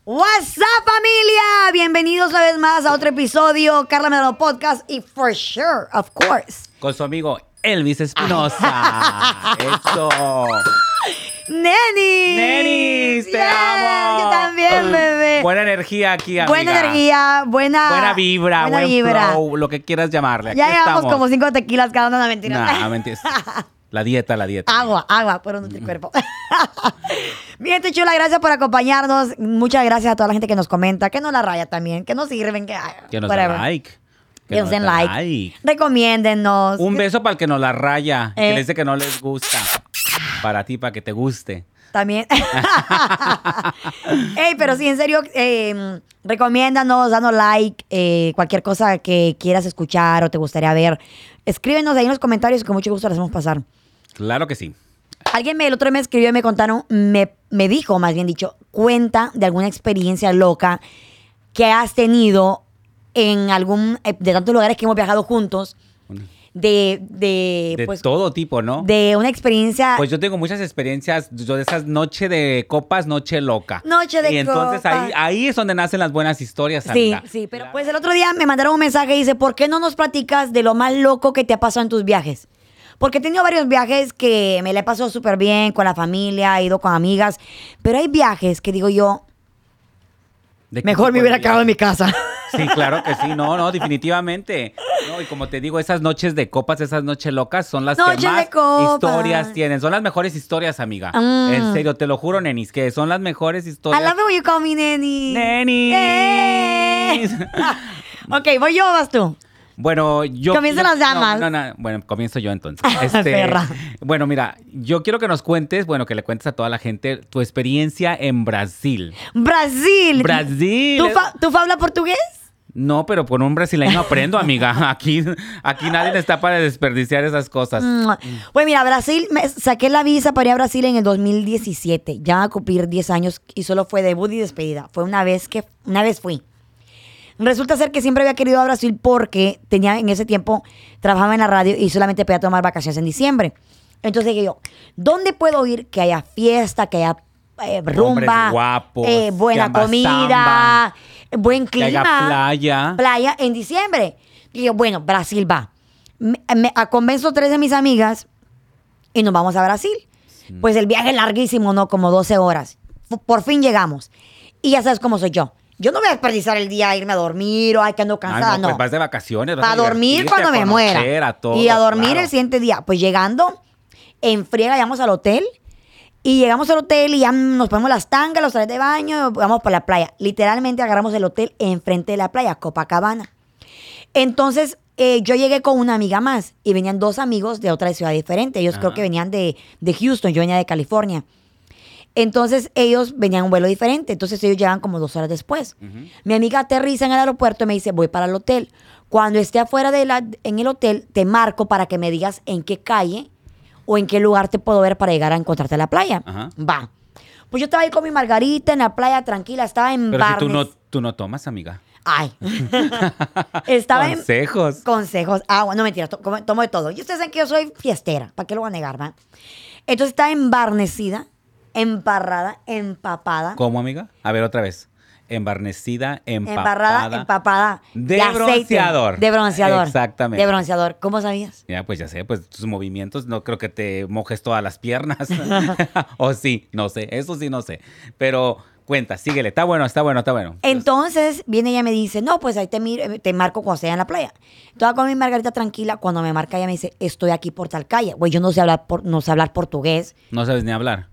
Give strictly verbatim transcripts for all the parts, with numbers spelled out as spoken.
What's up, familia? Bienvenidos una vez más a otro episodio Carla Medrano Podcast y for sure, of course, con su amigo Elvis Espinosa. Eso. ¡Nenis! ¡Nenis! ¡Te yeah, amo! Yo también, bebé. Buena energía aquí, amiga. Buena energía, buena... Buena vibra, buena buen vibra. flow, lo que quieras llamarle. Aquí Ya llevamos estamos. como cinco tequilas cada una, no, mentira. Nah, mentira. La dieta, la dieta. Agua, agua, por nuestro cuerpo. Mi gente chula, gracias por acompañarnos. Muchas gracias a toda la gente que nos comenta, que nos la raya también, que nos sirven, que... Que nos whatever. den like. Que nos den like. like. Recomiéndennos. Un beso para el que nos la raya. Eh. Que le dice que no les gusta. Para ti, para que te guste. También. Ey, pero sí, en serio, eh, recomiéndanos, danos like, eh, cualquier cosa que quieras escuchar o te gustaría ver. Escríbenos ahí en los comentarios que con mucho gusto las hacemos pasar. Claro que sí. Alguien me, el otro día me escribió y me contaron, me, me dijo, más bien dicho, cuenta de alguna experiencia loca que has tenido en algún, eh, de tantos lugares que hemos viajado juntos, de, de, De pues, todo tipo, ¿no? de una experiencia. Pues yo tengo muchas experiencias, yo de esas noche de copas, noche loca. Noche de Y entonces copas. ahí, ahí es donde nacen las buenas historias, Sí, amiga. sí, pero pues el otro día me mandaron un mensaje y dice, ¿por qué no nos platicas de lo más loco que te ha pasado en tus viajes? Porque he tenido varios viajes que me la he pasado súper bien con la familia, he ido con amigas, pero hay viajes que digo yo, ¿De qué mejor tipo me de hubiera viaje? quedado en mi casa. Sí, claro que sí, no, no, definitivamente. No, y como te digo, esas noches de copas, esas noches locas son las Noches que más de copas. historias tienen. Son las mejores historias, amiga. Mm. En serio, te lo juro, nenis, que son las mejores I historias. love it when you call me Neni. ¡Nenis! ¡Eh! Ok, ¿voy yo o vas tú? Bueno, yo... Comienzan yo- las damas. No, no, no, bueno, comienzo yo entonces. Este, Perra. Bueno, mira, yo quiero que nos cuentes, bueno, que le cuentes a toda la gente tu experiencia en Brasil. Brasil. Brasil. ¿Tú, fa- ¿tú hablas portugués? No, pero con un brasileño aprendo, amiga. Aquí, aquí nadie está para desperdiciar esas cosas. Mm. Pues mira, Brasil, me saqué la visa para ir a Brasil en el dos mil diecisiete. Ya va a cumplir diez años y solo fue debut y despedida. Fue una vez que, una vez fui. Resulta ser que siempre había querido ir a Brasil porque tenía en ese tiempo, trabajaba en la radio y solamente podía tomar vacaciones en diciembre. Entonces dije yo, ¿dónde puedo ir que haya fiesta, que haya eh, rumba, Hombres guapos, eh, buena que haya comida, samba, buen que clima? haya playa. Playa en diciembre. Dije yo, bueno, Brasil va. Me, me a- convenzo tres de mis amigas y nos vamos a Brasil. Pues el viaje es larguísimo, ¿no? Como doce horas. F- Por fin llegamos. Y ya sabes cómo soy yo. Yo no voy a desperdiciar el día a irme a dormir o ay, que ando Ay, cansada, no, pues no. vas de vacaciones. vas Para a dormir divertirte, cuando a me conocer, muera. a todo, y a dormir claro. el siguiente día. Pues llegando, en friega, llegamos al hotel. Y llegamos al hotel y ya nos ponemos las tangas, los trajes de baño, y vamos por la playa. Literalmente agarramos el hotel enfrente de la playa, Copacabana. Entonces, eh, yo llegué con una amiga más y venían dos amigos de otra ciudad diferente. Ellos creo Ajá. que venían de, de Houston, yo venía de California. Entonces, ellos venían en un vuelo diferente. Entonces, ellos llegan como dos horas después. Ujú. Mi amiga aterriza en el aeropuerto y me dice, voy para el hotel. Cuando esté afuera de la, en el hotel, te marco para que me digas en qué calle o en qué lugar te puedo ver para llegar a encontrarte a la playa. Ajá. Va. Pues yo estaba ahí con mi margarita en la playa, tranquila. Estaba en Pero si Barnes. tú no, tú no tomas, amiga. Ay. Estaba en... Consejos. Consejos. Ah, bueno, no mentira, to- como- tomo de todo. Y ustedes saben que yo soy fiestera, ¿para qué lo voy a negar, va? Entonces estaba embarnecida, embarrada, empapada. ¿Cómo, amiga? A ver, otra vez. Embarnecida, empapada. Embarrada, empapada. De aceite, bronceador. De bronceador. Exactamente. De bronceador. ¿Cómo sabías? Ya, pues ya sé, pues tus movimientos, no creo que te mojes todas las piernas. O sí, no sé, eso sí no sé. Pero cuenta, síguele, está bueno, está bueno, está bueno. Entonces viene ella y me dice, no, pues ahí te, miro, te marco cuando esté en la playa. Toda con mi margarita tranquila, cuando me marca ella me dice, estoy aquí por tal calle. Güey, yo no sé hablar, por, no sé hablar portugués. No sabes ni hablar.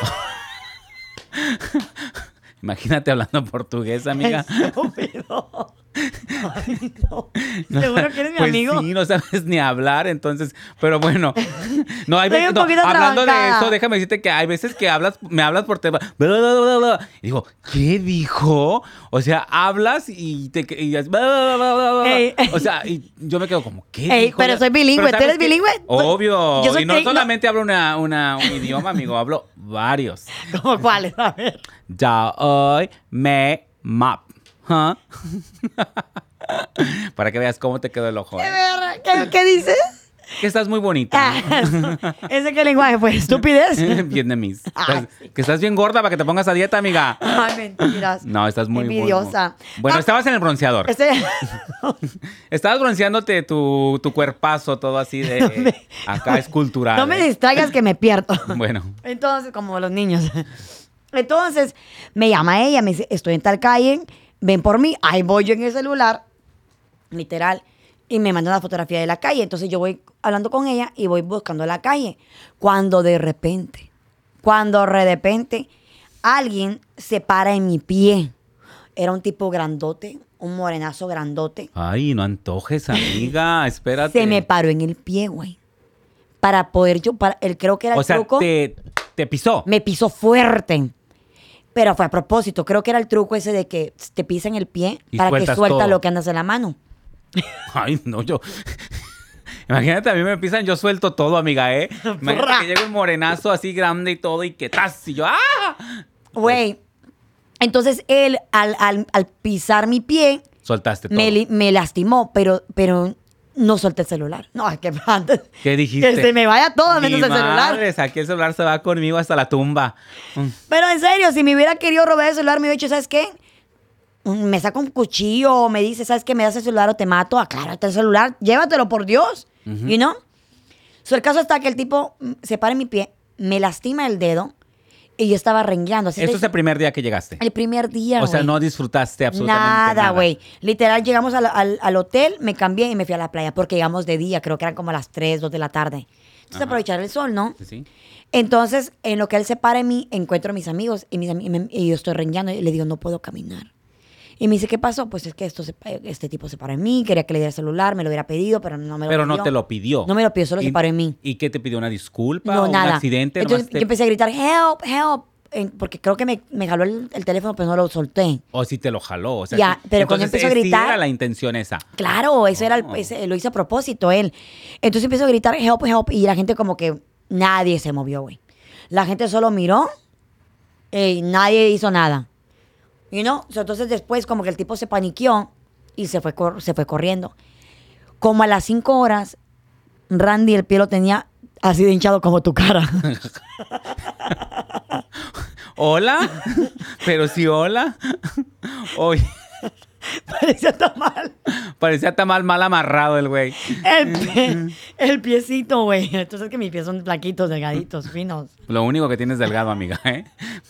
Imagínate hablando portugués, amiga. Estúpido. Ay, no. Seguro que eres mi Pues amigo. sí, no sabes ni hablar, entonces, pero bueno. No, hay Estoy veces, un no, poquito hablando de atrabancada. eso, déjame decirte que hay veces que hablas, me hablas por tema. Bla, bla, bla, bla, y digo, ¿qué dijo? O sea, hablas y te y haces bla, bla, bla, bla, bla. Ey. O sea, y yo me quedo como, ¿qué Ey, dijo? pero soy bilingüe. Pero ¿Tú eres ¿sabes qué? bilingüe? Obvio. Yo soy Y no tri- no. solamente hablo una, una, un idioma, amigo, hablo varios. ¿Cómo cuáles? A ver. Ya hoy me map. ¿Ah? Para que veas cómo te quedó el ojo. ¿Qué, ¿eh? ver- qué- qué dices? que estás muy bonita. ¿Ese qué lenguaje fue? ¿Estupidez? Vietnamés. Que estás bien gorda para que te pongas a dieta, amiga. Ay, mentiras. No, estás muy envidiosa. Muy... Bueno, ah, estabas en el bronceador. Este... Estabas bronceándote tu, tu cuerpazo todo así de no me... acá escultural. No me distraigas que me pierdo. Bueno. Entonces, como los niños. Entonces, me llama ella, me dice, estoy en tal calle, ven por mí. Ahí voy yo en el celular, literal, y me manda una fotografía de la calle. Entonces, yo voy hablando con ella y voy buscando la calle. Cuando de repente, cuando de repente, alguien se para en mi pie. Era un tipo grandote, un morenazo grandote. Ay, no antojes, amiga, espérate. Se me paró en el pie, güey. Para poder yo, para, él creo que era el o sea, truco. Te, te pisó. Me pisó fuerte. Pero fue a propósito. Creo que era el truco ese de que te pisa en el pie y para que suelta todo lo que andas en la mano. Ay, no, yo... Imagínate, a mí me pisan, yo suelto todo, amiga, ¿eh? Imagínate que llega un morenazo así grande y todo y que tas, y yo ¡ah! Güey. Entonces, él, al, al, al pisar mi pie... Soltaste todo. Me, me lastimó, pero, pero no solté el celular. No, es que antes... ¿Qué dijiste? Que se me vaya todo menos el celular. Madre, aquí el celular se va conmigo hasta la tumba. Pero en serio, si me hubiera querido robar el celular, me hubiera dicho, ¿sabes qué? Me saca un cuchillo o me dice, ¿sabes qué? Me das el celular o te mato. Aclárate el celular, llévatelo por Dios. Uh-huh. ¿Y no? So, el caso está que el tipo se para en mi pie, me lastima el dedo y yo estaba rengueando. ¿Esto es el primer día que llegaste? El primer día, güey. O sea, no disfrutaste absolutamente nada. Nada, güey. Literal, llegamos al, al, al hotel, me cambié y me fui a la playa porque llegamos de día, creo que eran como a las tres, dos de la tarde. Entonces, ajá, aprovechar el sol, ¿no? Sí, sí. Entonces, en lo que él se para en mí, encuentro a mis amigos y, mis, y, me, y yo estoy rengueando y le digo, no puedo caminar. Y me dice, ¿qué pasó? Pues es que esto se, este tipo se paró en mí, quería que le diera el celular, me lo hubiera pedido, pero no me lo pero pidió. Pero no te lo pidió. No me lo pidió, solo se paró en mí. ¿Y qué te pidió? ¿Una disculpa no, o nada. un accidente? Entonces te... yo empecé a gritar, help, help, porque creo que me, me jaló el, el teléfono, pero no lo solté. O sí te lo jaló. O sea, ya, sí. pero Entonces, cuando empezó a gritar... Sí era la intención esa. Claro, eso oh. era el, ese, lo hizo a propósito él. Entonces empezó a gritar, help, help, y la gente como que nadie se movió, güey. La gente solo miró y nadie hizo nada. You know? So, entonces después como que el tipo se paniqueó y se fue, cor- se fue corriendo. Como a las cinco horas, Randy el pie lo tenía así de hinchado como tu cara. ¿Hola? Pero sí, hola. Oye. Parecía tamal. Parecía tamal mal amarrado el güey. El, pie, el piecito, güey. Entonces que mis pies son flaquitos, delgaditos, finos. Lo único que tienes delgado, amiga, ¿eh?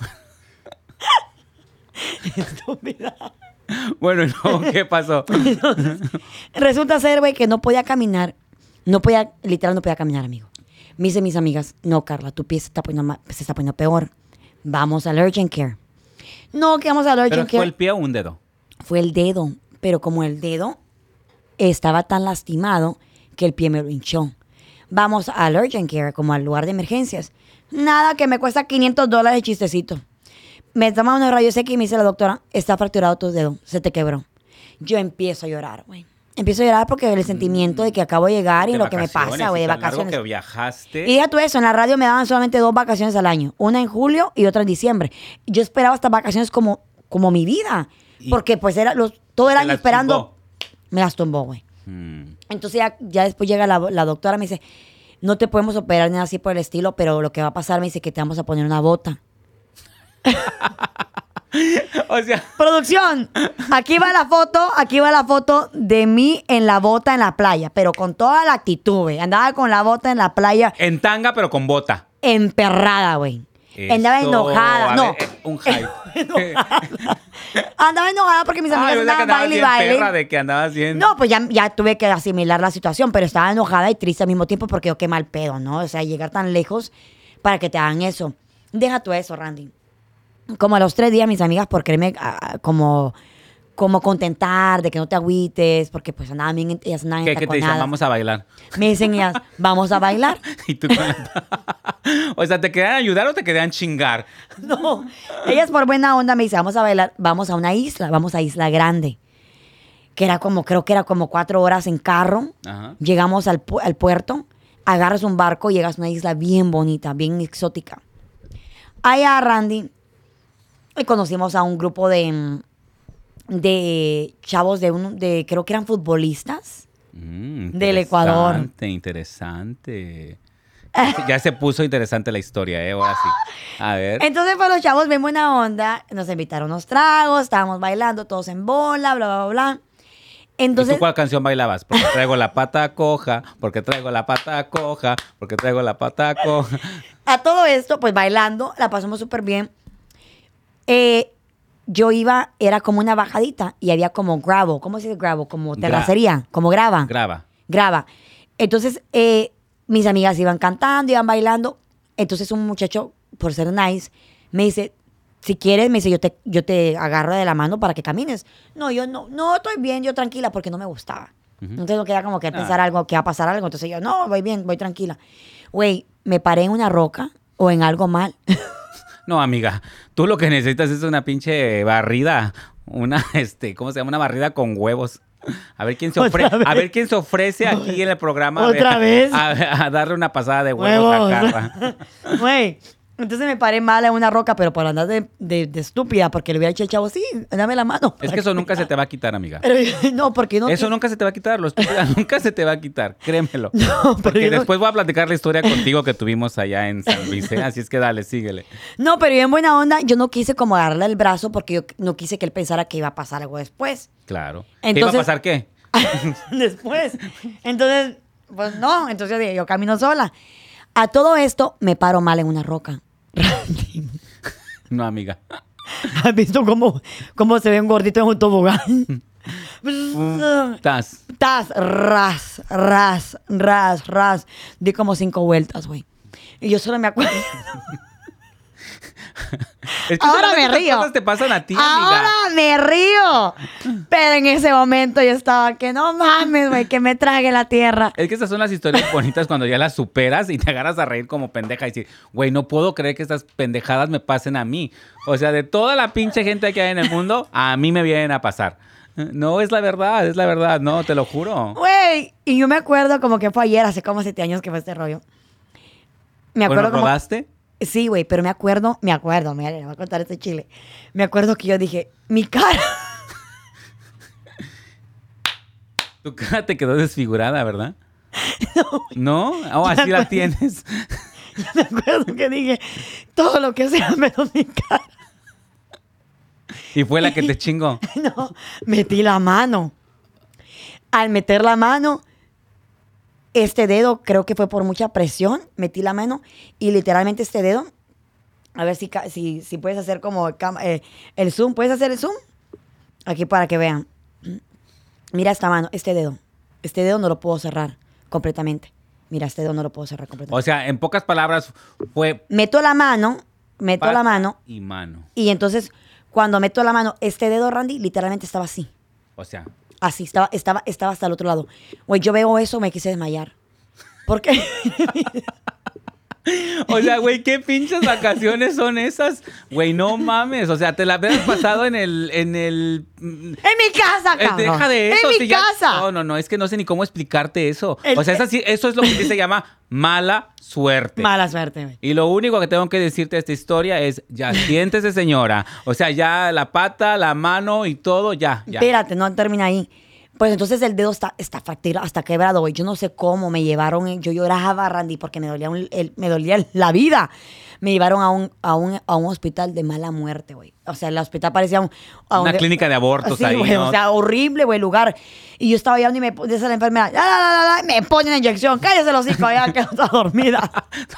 Estúpida. Bueno, no, ¿qué pasó? Entonces, resulta ser, güey, que no podía caminar. No podía, literal, no podía caminar, amigo. Me dicen mis amigas, no, Carla, tu pie se está poniendo, se está poniendo peor. Vamos al urgent care. No, que vamos al urgent ¿Pero care. fue el pie o un dedo? Fue el dedo. Pero como el dedo estaba tan lastimado que el pie me lo hinchó. Vamos al urgent care, como al lugar de emergencias. Nada, que me cuesta quinientos dólares chistecito. Me toman unos rayos X y me dice la doctora, está fracturado tu dedo, se te quebró. Yo empiezo a llorar, güey. Empiezo a llorar porque el sentimiento de que acabo de llegar y de lo que me pasa, güey, de vacaciones. Que viajaste. Y deja tú eso, en la radio me daban solamente dos vacaciones al año. Una en julio y otra en diciembre. Yo esperaba estas vacaciones como, como mi vida. Porque pues era los, todo el año esperando. Tumbó. Me las tumbó, güey. Hmm. Entonces ya, ya después llega la, la doctora, me dice, no te podemos operar ni nada así por el estilo, pero lo que va a pasar, me dice que te vamos a poner una bota. O sea, producción, aquí va la foto, aquí va la foto de mí en la bota en la playa, pero con toda la actitud, güey. Andaba con la bota en la playa. En tanga, pero con bota. Emperrada, güey. Andaba enojada. No. Ver, eh, un hype. enojada. Andaba enojada porque mis amigas ah, andaban baile y baile. Perra de que andaba haciendo. No, pues ya, ya tuve que asimilar la situación, pero estaba enojada y triste al mismo tiempo porque yo qué mal pedo, ¿no? O sea, llegar tan lejos para que te hagan eso. Deja tú eso, Randy. Como a los tres días, mis amigas, por quererme uh, como, como contentar, de que no te agüites, porque pues andaban bien, ellas andaban ¿Qué, ¿Qué te dicen? Vamos a bailar. Me dicen ellas, vamos a bailar. ¿Y tú con la... O sea, ¿te querían ayudar o te querían chingar? No, ellas por buena onda me dicen, vamos a bailar, vamos a una isla, vamos a Isla Grande. Que era como, creo que era como cuatro horas en carro. Ajá. Llegamos al, pu- al puerto, agarras un barco y llegas a una isla bien bonita, bien exótica. Allá, Randy... Y conocimos a un grupo de, de chavos de, un, de, creo que eran futbolistas. Mm, del Ecuador. Interesante, interesante. Ya se puso interesante la historia, ¿eh? Ahora sí. A ver. Entonces, pues los chavos ven buena onda, nos invitaron unos tragos, estábamos bailando todos en bola, bla, bla, bla, bla. Entonces, ¿Y tú cuál canción bailabas? Porque traigo la pata coja, porque traigo la pata coja, porque traigo la pata coja. A todo esto, pues bailando, la pasamos súper bien. Eh, yo iba, era como una bajadita y había como gravel. ¿Cómo se dice gravel? Como terracería, como grava. Grava. Grava. Entonces, eh, mis amigas iban cantando, iban bailando. Entonces un muchacho, por ser nice, me dice, si quieres, me dice, yo te, yo te agarro de la mano para que camines. No, yo no, no, estoy bien, yo tranquila, porque no me gustaba. Uh-huh. Entonces no quería como que pensar ah. algo, que va a pasar algo. Entonces yo, no, voy bien, voy tranquila. Güey, me paré en una roca o en algo mal. No, amiga, tú lo que necesitas es una pinche barrida, una, este, ¿cómo se llama? Una barrida con huevos. A ver quién se ofrece, a ver quién se ofrece aquí en el programa. ¿Otra a, vez? A, a darle una pasada de huevos, huevos. a Carla. Güey, entonces me paré mal en una roca, pero por andar de, de, de estúpida, porque le hubiera dicho al chavo, sí, dame la mano. Es que eso nunca se te va a quitar, amiga. Pero, no, porque no. Eso que... nunca se te va a quitar, lo estúpida nunca se te va a quitar, créemelo. No, pero porque no... después voy a platicar la historia contigo que tuvimos allá en San Luis, ¿eh? Así es que dale, síguele. No, pero yo en buena onda, yo no quise como agarrarle el brazo porque yo no quise que él pensara que iba a pasar algo después. Claro. Entonces... ¿Qué iba a pasar qué? Después. Entonces, pues no, entonces yo dije, yo camino sola. A todo esto me paro mal en una roca. No, amiga. ¿Has visto cómo, cómo se ve un gordito en un tobogán? Tas. Tas, ras, ras, ras, ras. Di como cinco vueltas, güey. Y yo solo me acuerdo. Es que ahora me río. Cosas te pasan a ti, ahora amiga. me río. Pero en ese momento yo estaba que no mames, güey, que me trague la tierra. Es que esas son las historias bonitas cuando ya las superas y te agarras a reír como pendeja y decir, güey, no puedo creer que estas pendejadas me pasen a mí. O sea, de toda la pinche gente que hay en el mundo, a mí me vienen a pasar. No, es la verdad, es la verdad, no, te lo juro. Güey, y yo me acuerdo como que fue ayer, hace como siete años que fue este rollo. Me acuerdo bueno, como... ¿rodaste? Sí, güey, pero me acuerdo, me acuerdo, mira, le voy a contar este chile. Me acuerdo que yo dije, mi cara. Tu cara te quedó desfigurada, ¿verdad? No. ¿No? ¿O así la tienes? Yo me acuerdo que dije, todo lo que sea menos mi cara. ¿Y fue la que te chingó? No, metí la mano. Al meter la mano... Este dedo, creo que fue por mucha presión, metí la mano y literalmente este dedo, a ver si, si, si puedes hacer como eh, el zoom, ¿puedes hacer el zoom? Aquí para que vean. Mira esta mano, este dedo, este dedo no lo puedo cerrar completamente. Mira, este dedo no lo puedo cerrar completamente. O sea, en pocas palabras fue... Meto la mano, meto la mano. Y mano. Y entonces, cuando meto la mano, este dedo, Randy, literalmente estaba así. O sea... Así, estaba, estaba, estaba hasta el otro lado. Güey, yo veo eso, me quise desmayar. ¿Por qué? O sea, güey, ¿qué pinches vacaciones son esas? Güey, no mames. O sea, te la habías pasado en el... En el... ¡En mi casa, cabrón! Eh, deja de eso. ¡En si mi ya... casa! No, no, no. Es que no sé ni cómo explicarte eso. El... O sea, es así, eso es lo que se llama mala suerte. Mala suerte, güey. Y lo único que tengo que decirte de esta historia es, ya siéntese, señora. O sea, ya la pata, la mano y todo, ya, ya. Espérate, no termina ahí. Pues entonces el dedo está, está fracturado, hasta quebrado, güey. Yo no sé cómo me llevaron. Yo lloraba, Randy, porque me dolía, un, el, me dolía la vida. Me llevaron a un, a un, a un hospital de mala muerte, güey. O sea, el hospital parecía un... Una donde, clínica de abortos sí, ahí, güey, ¿no? O sea, horrible, güey, lugar. Y yo estaba allá y me dice la enfermera, la, la, la, la, me pone una inyección. Cállese los hijos, ya que está dormida.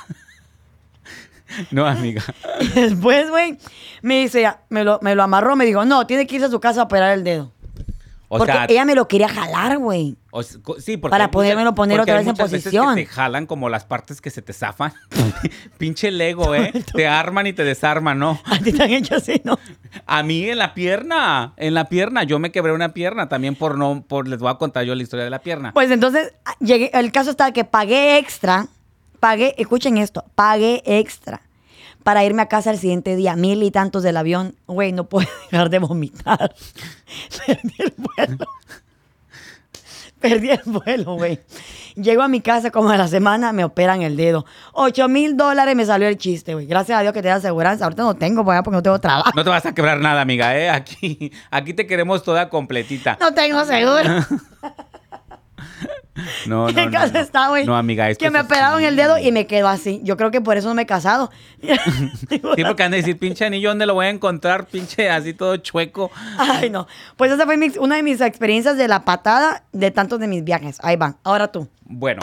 No, amiga. Y después, güey, me dice, me lo, me lo amarró, me dijo, no, tiene que irse a su casa a operar el dedo. O porque sea, ella me lo quería jalar, güey. Sí, porque para podérmelo poner otra vez en posición. Veces que te jalan como las partes que se te zafan. Pinche Lego, ¿eh? Te arman y te desarman, ¿no? A ti te han hecho así, ¿no? A mí en la pierna, en la pierna. Yo me quebré una pierna también por no, por les voy a contar yo la historia de la pierna. Pues entonces, llegué, el caso está que pagué extra, pagué, escuchen esto, pagué extra para irme a casa el siguiente día, mil y tantos del avión. Güey, no puedo dejar de vomitar. Perdí el vuelo. Perdí el vuelo, güey. Llego a mi casa como a la semana, me operan el dedo. Ocho mil dólares me salió el chiste, güey. Gracias a Dios que te da aseguranza. Ahorita no tengo, porque no tengo trabajo. No te vas a quebrar nada, amiga, ¿eh? Aquí, aquí te queremos toda completita. No tengo seguro. No, no, ¿Qué no, caso no. está, güey? No, amiga, es que que me eso operaron sí. el dedo y me quedó así. Yo creo que por eso no me he casado. Sí, porque han de decir, pinche anillo, ¿dónde lo voy a encontrar? Pinche así todo chueco. Ay, no. Pues esa fue mi- una de mis experiencias de la patada de tantos de mis viajes. Ahí van. Ahora tú. Bueno,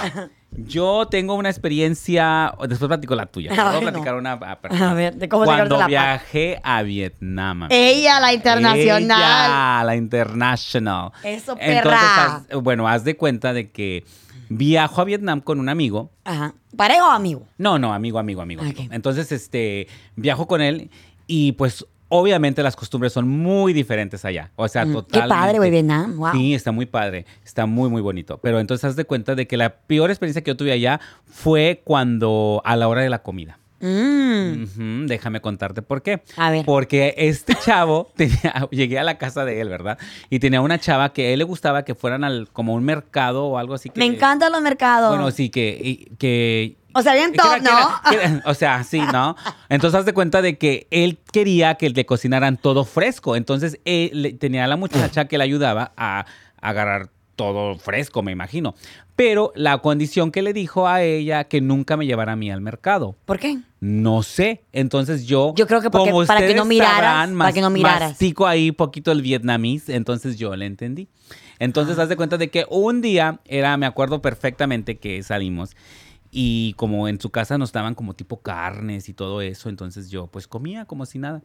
yo tengo una experiencia, después platico la tuya. Te voy Ay, a platicar no. una. A ver, ¿de cómo Cuando sacarte la viajé a Vietnam. amiga. Ella, la internacional. Ella, la international. Eso, Entonces, perra. haz- bueno, haz de cuenta de que viajo a Vietnam con un amigo. Ajá. ¿Pareja o amigo? No, no, amigo, amigo, amigo. amigo. Ok. Entonces, este, viajo con él y pues obviamente las costumbres son muy diferentes allá. O sea, Mm, qué totalmente. padre, güey, Vietnam. Wow. Sí, está muy padre. Está muy, muy bonito. Pero entonces haz de cuenta de que la peor experiencia que yo tuve allá fue cuando, a la hora de la comida. Mm. Ujú, déjame contarte por qué. A ver. Porque este chavo, tenía, llegué a la casa de él, ¿verdad? Y tenía una chava que a él le gustaba que fueran al, como a un mercado o algo así. Que, Me encantan los mercados. Bueno, sí, que... y- que O sea, bien que top, era- que ¿no? era- que era- o sea, sí, ¿no? Entonces, haz de cuenta de que él quería que le cocinaran todo fresco. Entonces, él, le- tenía a la muchacha que le ayudaba a, a agarrar todo fresco, me imagino. Pero la condición que le dijo a ella que nunca me llevara a mí al mercado. ¿Por qué? No sé. Entonces yo, Yo creo que porque- como para que no ustedes miraras, sabrán, para que no miraras. mastico ahí poquito el vietnamís, entonces yo le entendí. Entonces, Ah. haz de cuenta de que un día era, me acuerdo perfectamente que salimos y como en su casa nos daban como tipo carnes y todo eso, entonces yo pues comía como si nada.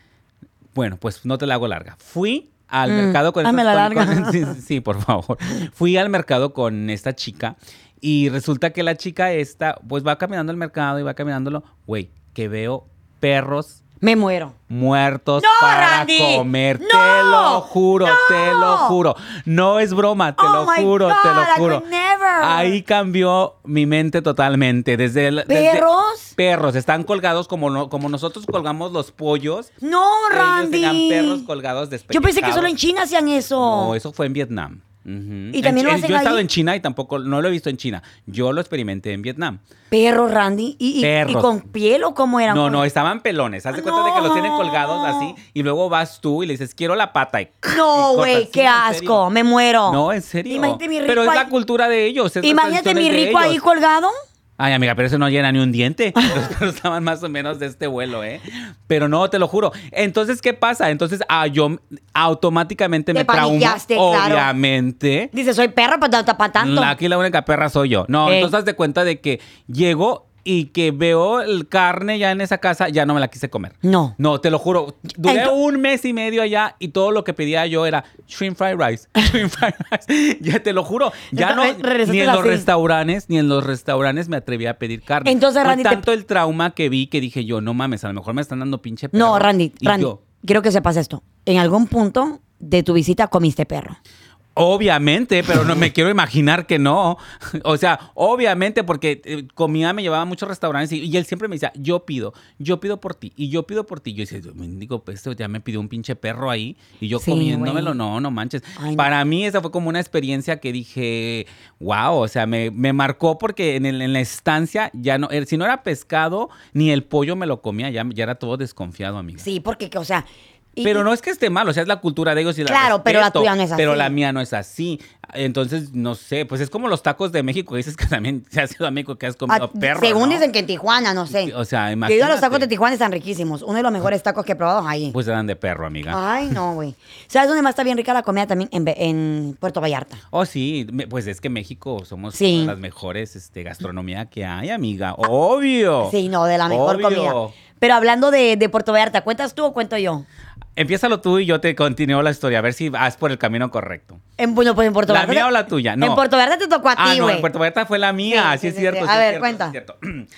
Bueno, pues no te la hago larga. Fui al Mm, mercado con hazme estas- la con- larga. con- sí, sí, sí, por favor. Fui al mercado con esta chica y resulta que la chica esta pues va caminando al mercado y va caminándolo, güey, que veo perros Me muero. muertos ¡No, para Randy! comer. ¡No! Te lo juro, ¡No! te lo juro. No es broma, te Oh lo my juro, te God, lo I juro. could never. Ahí cambió mi mente totalmente. Desde el, desde- ¿Perros? perros, están colgados como, no- como nosotros colgamos los pollos. No, Ellos Randy. tenían perros colgados Yo pensé que solo en China. China hacían eso. No, eso fue en Vietnam. Ujú. ¿Y también En- lo en- hacen Yo he estado ahí? en China y tampoco, no lo he visto en China. Yo lo experimenté en Vietnam. Perros, Randy. ¿Y, y, Perros. y con piel o cómo eran? No, no, estaban pelones. Haz de cuenta de que los tienen colgados así y luego vas tú y le dices, quiero la pata. Y, No, y güey, cortas. qué Sí, en asco. serio. Me muero. No, en serio. Imagínate mi rico Pero es ahí- la cultura de ellos. es las Imagínate mi tradiciones de rico ahí ellos. colgado. Ay, amiga, pero eso no llena ni un diente. Los perros estaban más o menos de este vuelo, ¿eh? Pero no, te lo juro. Entonces, ¿qué pasa? Entonces, ah, yo automáticamente Te me trauma. paniqueaste, claro. Obviamente. Dice, soy perro, pero no para tanto. La- Aquí la única perra soy yo. No, Ey. entonces haz de cuenta de que llego y que veo el carne ya en esa casa, ya no me la quise comer. No. No, te lo juro. Duré Ento- un mes y medio allá y todo lo que pedía yo era shrimp fried rice. Shrimp fried rice. Ya te lo juro. Ya no, Entonces, regresaste ni en los así. restaurantes, ni en los restaurantes me atreví a pedir carne. Entonces, Fue Randy, te- tanto el trauma que vi que dije yo, no mames, a lo mejor me están dando pinche perro. No, Randy, Y Randy. yo, Quiero que sepas esto. En algún punto de tu visita comiste perro. obviamente, pero no me quiero imaginar que no. O sea, obviamente, porque eh, comida me llevaba a muchos restaurantes y, y él siempre me decía, yo pido, yo pido por ti, y yo pido por ti. Yo decía, digo, pues esto ya me pidió un pinche perro ahí y yo Sí, comiéndomelo, güey. no, no manches. Ay, no. Para mí esa fue como una experiencia que dije, wow, o sea, me, me marcó porque en, el- en la estancia ya no, eh, si no era pescado, ni el pollo me lo comía, ya, ya era todo desconfiado, amiga. Sí, porque, que, o sea... y- Pero no es que esté mal, o sea, es la cultura de ellos y la Claro, pero la respeto, tuya no es así. Pero la mía no es así. Entonces, no sé, pues es como los tacos de México. Dices que también se ha sido a México que has comido Ah, perro, según ¿no? dicen que en Tijuana, no sé. O sea, Yo he ido a imagínate. los tacos de Tijuana, están riquísimos. Uno de los mejores tacos que he probado es ahí. Pues eran de perro, amiga. Ay, no, güey. ¿Sabes dónde más está bien rica la comida también? En, Be- en Puerto Vallarta. Oh, sí, me- pues es que México somos Sí. una de las mejores este, gastronomía que hay, amiga. Obvio. Sí, no, de la mejor Obvio. comida. Pero hablando de, de Puerto Vallarta, ¿cuentas tú o cuento yo? Empiézalo tú y yo te continúo la historia, a ver si vas por el camino correcto. En, bueno, pues en Puerto ¿La Vallarta. mía o la tuya? No. En Puerto Vallarta te tocó a Ah, ti, no, güey. en Puerto Vallarta fue la mía, Sí, sí, es sí, cierto. sí. sí A es ver, cierto, cuenta. sí es cierto.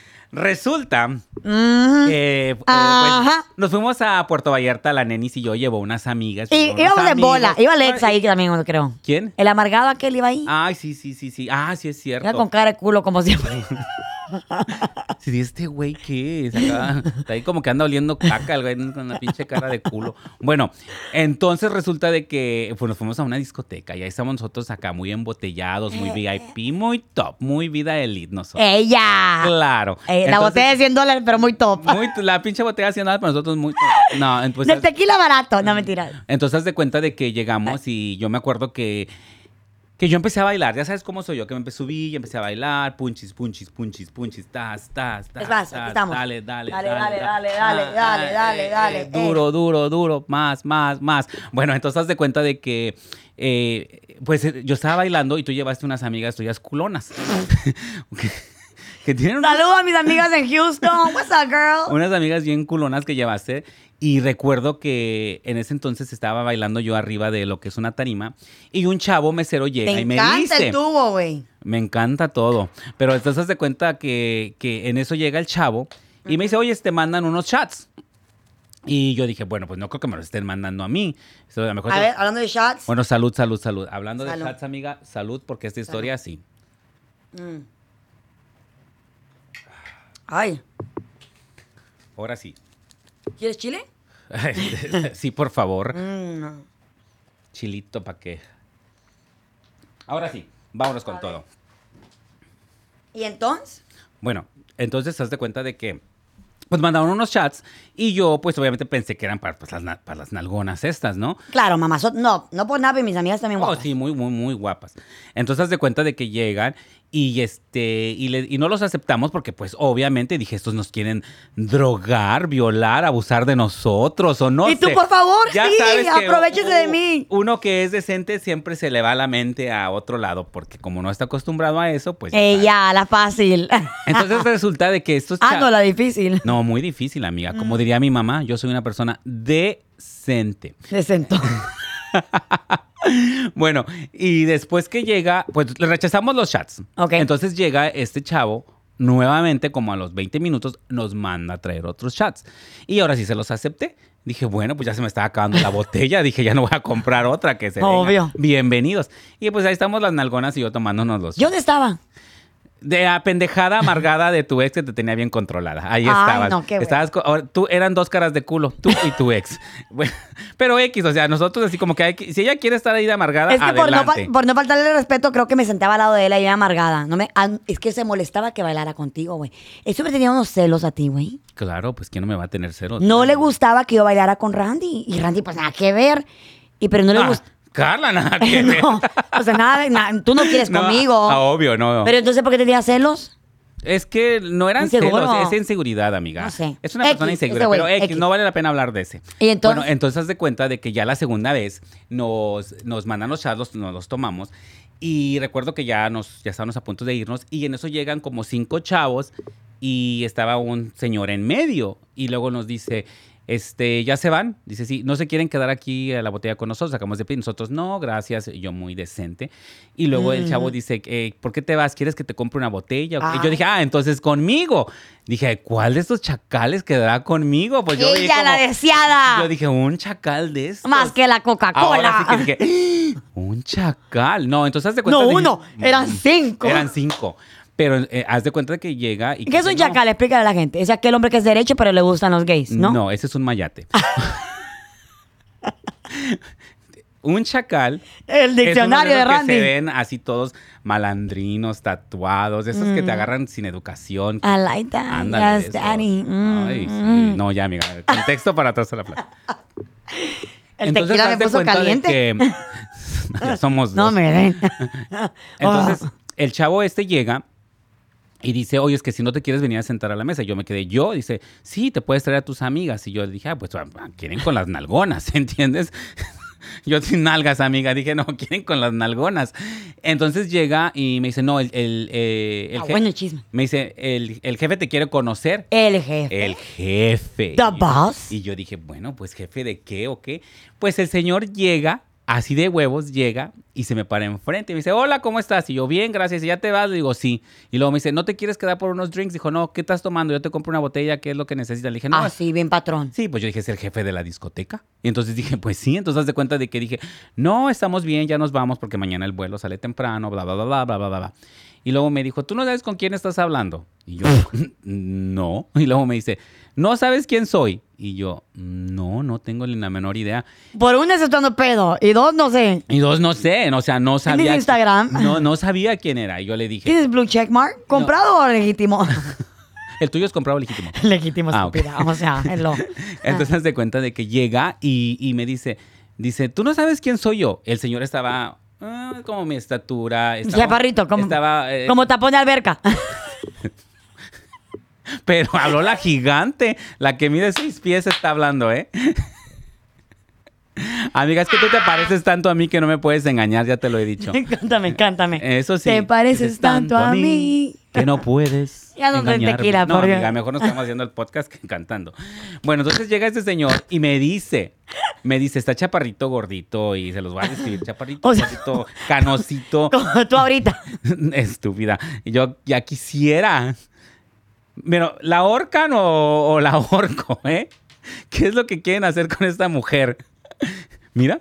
Resulta Ujú. que eh, pues, Ajá. nos fuimos a Puerto Vallarta, la Nenis y yo, llevó unas amigas. Y llevó unos íbamos en amigos. bola. Iba Alex Ah, ahí que también, creo. ¿Quién? El amargado aquel iba ahí. Ay, sí, sí, sí, sí. Ah, sí es cierto. Iba con cara de culo, como siempre. Sí, este güey, ¿qué es? Acá, está ahí como que anda oliendo caca, el güey con la pinche cara de culo. Bueno, entonces resulta de que pues, nos fuimos a una discoteca y ahí estamos nosotros acá muy embotellados, muy V I P, muy top, muy vida elite nosotros. ¡Ella! Claro. Eh, la Entonces, botella de cien dólares, pero muy top. muy- la pinche botella haciendo nada para nosotros muy... No, pues, Del tequila barato. No, mentira. entonces haz de cuenta de que llegamos y yo me acuerdo que que yo empecé a bailar. Ya sabes cómo soy yo, que me empecé a subir y empecé a bailar. Punchis, punchis, punchis, punchis, tas, tas, tas. Es más, aquí tas, estamos. Dale, dale, Dale, dale. dale, da- dale, dale, ah, dale, ah, dale, eh, dale, eh, eh. Duro, duro, duro, más, más, más. Bueno, entonces haz de cuenta de que, eh, pues eh, yo estaba bailando y tú llevaste unas amigas tuyas culonas. que, que tienen unas, Saludos a mis amigas en Houston. What's up, girl? unas amigas bien culonas que llevaste. Y recuerdo que en ese entonces estaba bailando yo arriba de lo que es una tarima y un chavo mesero llega Te y me encanta dice... el tubo, güey. Me encanta todo. Pero entonces haz de cuenta que, que en eso llega el chavo y me dice, oye, te mandan unos chats. Y yo dije, bueno, pues no creo que me los estén mandando a mí. Esto, a lo mejor A te- ver, hablando de shots. Bueno, salud, salud, salud. Hablando Salud. de chats, amiga, salud, porque esta historia sí. Mm. Ay, Ahora sí. ¿quieres chile? Sí, por favor. Mm, no. Chilito, ¿para qué? Ahora sí, vámonos con todo. ¿Y entonces? Bueno, entonces haz de cuenta de que pues mandaron unos chats y yo pues obviamente pensé que eran para, pues, las, na- para las nalgonas estas, ¿no? Claro, mamá. so- no, no por nada, pero mis amigas también Oh, guapas. sí, muy, muy, muy guapas. Entonces haz de cuenta de que llegan y este y, le- y no los aceptamos porque pues obviamente dije, estos nos quieren drogar, violar, abusar de nosotros o no Y tú, sé. por favor, sí, sabes que aprovechese de u- mí. Uno que es decente siempre se le va la mente a otro lado porque como no está acostumbrado a eso, pues... ya Ella, sabes. la fácil. Entonces resulta de que estos Ah, cha- no, la difícil. No, muy difícil, amiga. Mm. Como diría mi mamá, yo soy una persona decente. Se sentó. Bueno, y después que llega, pues le rechazamos los chats. Ok. Entonces llega este chavo, nuevamente, como a los veinte minutos, nos manda a traer otros chats. Y ahora sí se los acepté. Dije, bueno, pues ya se me estaba acabando la botella. Dije, ya no voy a comprar otra que se venga. Obvio. Bienvenidos. Y pues ahí estamos las nalgonas y yo tomándonos los ¿Yo dónde estaba? De la pendejada amargada de tu ex que te tenía bien controlada. Ahí Ay, estabas. no, qué bueno. estabas co- ahora, tú eran dos caras de culo, tú y tu ex. Bueno, pero X, o sea, nosotros así como que hay que- si ella quiere estar ahí de amargada, Es que por no, adelante. fa- por no faltarle el respeto, creo que me sentaba al lado de él ahí amargada. No me, ah, es que se molestaba que bailara contigo, güey. Eso me tenía unos celos a ti, güey. Claro, pues quién no me va a tener celos. No le gustaba que yo bailara con Randy. Y Randy, pues nada que ver. Y pero no le Ah, gustaba. Carla, nada que ver. No, o sea, nada, de- na- tú no quieres No, conmigo. ah, obvio, no. Pero entonces, ¿por qué tenías celos? Es que no eran ¿Inseguro? celos, es inseguridad, amiga. No sé. Es una X, persona insegura, ese güey, pero X, X. no vale la pena hablar de ese. ¿Y entonces? Bueno, entonces haz de cuenta de que ya la segunda vez nos, nos mandan los chats, los- nos los tomamos. Y recuerdo que ya nos ya estábamos a punto de irnos y en eso llegan como cinco chavos y estaba un señor en medio. Y luego nos dice, este, ¿ya se van? Dice, sí, no se quieren quedar aquí a la botella con nosotros, sacamos de pedir. Nosotros, no, gracias. Y yo muy decente. Y luego el chavo dice, eh, ¿por qué te vas? ¿Quieres que te compre una botella? Ay. Y yo dije, ah, entonces conmigo. Dije, ¿cuál de estos chacales quedará conmigo? Pues yo vi Ella, la como- deseada. Yo dije, un chacal de estos. Más que la Coca-Cola. Ahora sí que dije, un chacal. No, entonces haz de cuenta. No, dije, uno, eran cinco. Eran cinco. Pero eh, haz de cuenta de que llega y... ¿Qué es un dice, no. chacal? Explícale a la gente. Es aquel hombre que es derecho, pero le gustan los gays, ¿no? No, ese es un mayate. Un chacal. El diccionario es uno de esos Randy. Que se ven así todos malandrinos, tatuados, esos que te agarran sin educación. I like that. Ándale, Yes, esos. daddy. Mm, Ay, sí. mm. No, ya, amiga. Contexto para atrás de la plata. El tequila haz me de puso cuenta de caliente. que- ya somos No dos. me den. Entonces, el chavo este llega y dice, oye, es que si no te quieres venir a sentar a la mesa. Y yo me quedé, yo, dice, sí, te puedes traer a tus amigas. Y yo le dije, ah, pues ah, quieren con las nalgonas, ¿entiendes? Yo sin nalgas, amiga. Dije, no, quieren con las nalgonas. Entonces llega y me dice, no, el, el, eh, el Ah, je- bueno el chisme. Me dice, el, el jefe te quiere conocer. El jefe. El jefe. The Y- boss. Y yo dije, bueno, pues jefe de qué o qué. Pues el señor llega, así de huevos, llega y se me para enfrente y me dice, hola, ¿cómo estás? Y yo, bien, gracias. ¿Y ya te vas? Le digo, sí. Y luego me dice, ¿no te quieres quedar por unos drinks? Dijo, no, ¿qué estás tomando? Yo te compro una botella, ¿qué es lo que necesitas? Le dije, no. Ah, sí, bien patrón. Sí, pues yo dije, es el jefe de la discoteca. Y entonces dije, pues sí. Entonces haz de cuenta de que dije, no, estamos bien, ya nos vamos porque mañana el vuelo sale temprano, bla, bla, bla, bla, bla, bla, bla. Y luego me dijo, ¿tú no sabes con quién estás hablando? Y yo, no. Y luego me dice, ¿no sabes quién soy? Y yo, no, no tengo ni la menor idea. Por una se dando pedo. Y dos, no sé. Y dos, no sé, o sea, no sabía. Instagram? No, no sabía quién era. Y yo le dije, ¿Tienes blue checkmark? ¿Comprado o legítimo? el tuyo es comprado legítimo. legítimo, Ah, ok. estúpida. O sea, es lo. Entonces haz de cuenta de que llega y, y me dice, dice, ¿tú no sabes quién soy yo? El señor estaba ah, como mi estatura. Estaba, Chaparrito, como, estaba, eh, como tapón de alberca. Pero habló la gigante, la que mide seis pies está hablando, ¿eh? Amiga, es que tú te pareces tanto a mí que no me puedes engañar, ya te lo he dicho. Cántame, cántame. Eso sí. Te pareces tanto a mí. Que no puedes. Ya no te engañarme. tequila, No, por Dios. amiga, mejor nos estamos haciendo el podcast que cantando. Bueno, entonces llega este señor y me dice, me dice, está chaparrito, gordito, y se los va a describir, chaparrito, O sea, gordito, canosito. Como tú ahorita. Estúpida. Y yo ya quisiera. Pero, ¿la ahorcan o, o la ahorco, eh? ¿Qué es lo que quieren hacer con esta mujer? Mira,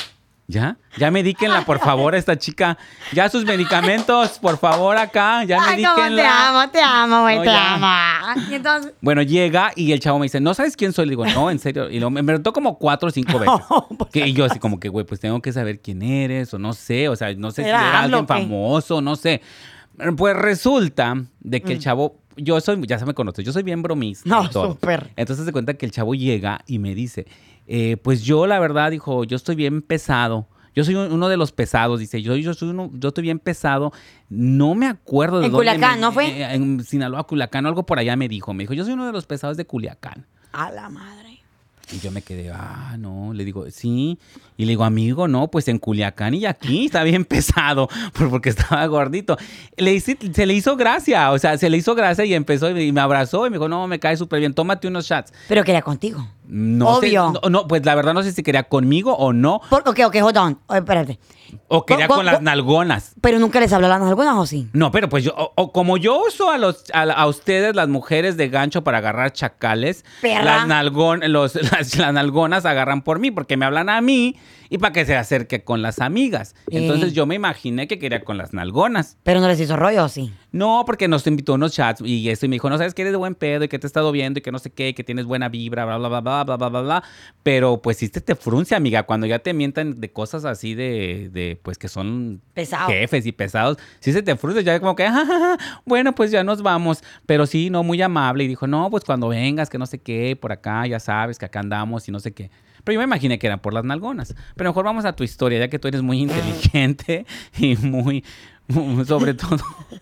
ya, ya medíquenla, por favor, a esta chica. Ya sus medicamentos, por favor, acá, ya Ay, cómo medíquenla. te amo, te amo, güey, No, te ya. amo. Y entonces... Bueno, llega y el chavo me dice, ¿no sabes quién soy? Le digo, no, en serio. Y lo, me preguntó como cuatro o cinco veces. No, pues, Que, y yo así como que, güey, pues tengo que saber quién eres, o no sé, o sea, no sé si ¿Era era AMLO alguien o qué? famoso, no sé. Pues resulta de que el Mm. chavo, yo soy, ya se me conoce, yo soy bien bromista. No, y todo. súper. Entonces se cuenta que el chavo llega y me dice, eh, pues yo la verdad, dijo, yo estoy bien pesado. Yo soy uno de los pesados, dice, yo, yo soy uno, yo estoy bien pesado. No me acuerdo de En dónde Culiacán, me- ¿no fue? eh, en Sinaloa, Culiacán, o algo por allá me dijo. Me dijo, yo soy uno de los pesados de Culiacán. A la madre. Y yo me quedé, ah, no, le digo, sí. Y le digo, amigo, no, pues en Culiacán y aquí está bien pesado, por- porque estaba gordito. Le hice- se le hizo gracia, o sea, se le hizo gracia y empezó y me abrazó y me dijo, no, me cae súper bien, tómate unos shots. Pero quería contigo. No sé, Obvio. no, no, pues la verdad no sé si quería conmigo o no, Por, ok, ok, hold on. Oye, espérate. o quería Con- con, con- las nalgonas. Pero nunca les habló a las algunas o sí. No, pero pues yo, o- o como yo uso a los a, a ustedes, las mujeres de gancho, para agarrar chacales, Perra. las, nalgon, los, las, las nalgonas agarran por mí, porque me hablan a mí y para que se acerque con las amigas. Eh. Entonces yo me imaginé que quería con las nalgonas. Pero no les hizo rollo o sí. No, porque nos invitó a unos chats y esto y me dijo, no sabes que eres de buen pedo y que te he estado viendo y que no sé qué, y que tienes buena vibra, bla, bla, bla, bla, bla, bla, bla, bla. Pero pues sí te, te frunce, amiga, cuando ya te mientan de cosas así de, de pues que son Pesado. jefes y pesados, sí se te frunce, ya como que, "Ah, ah, ah, bueno, pues ya nos vamos". Pero sí, no, muy amable y dijo, no, pues cuando vengas, que no sé qué, por acá, ya sabes que acá andamos y no sé qué. Pero yo me imaginé que eran por las nalgonas. Pero mejor vamos a tu historia, ya que tú eres muy inteligente y muy, sobre todo...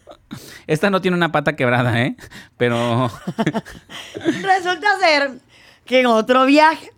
Esta no tiene una pata quebrada, ¿eh? Pero... Resulta ser que en otro viaje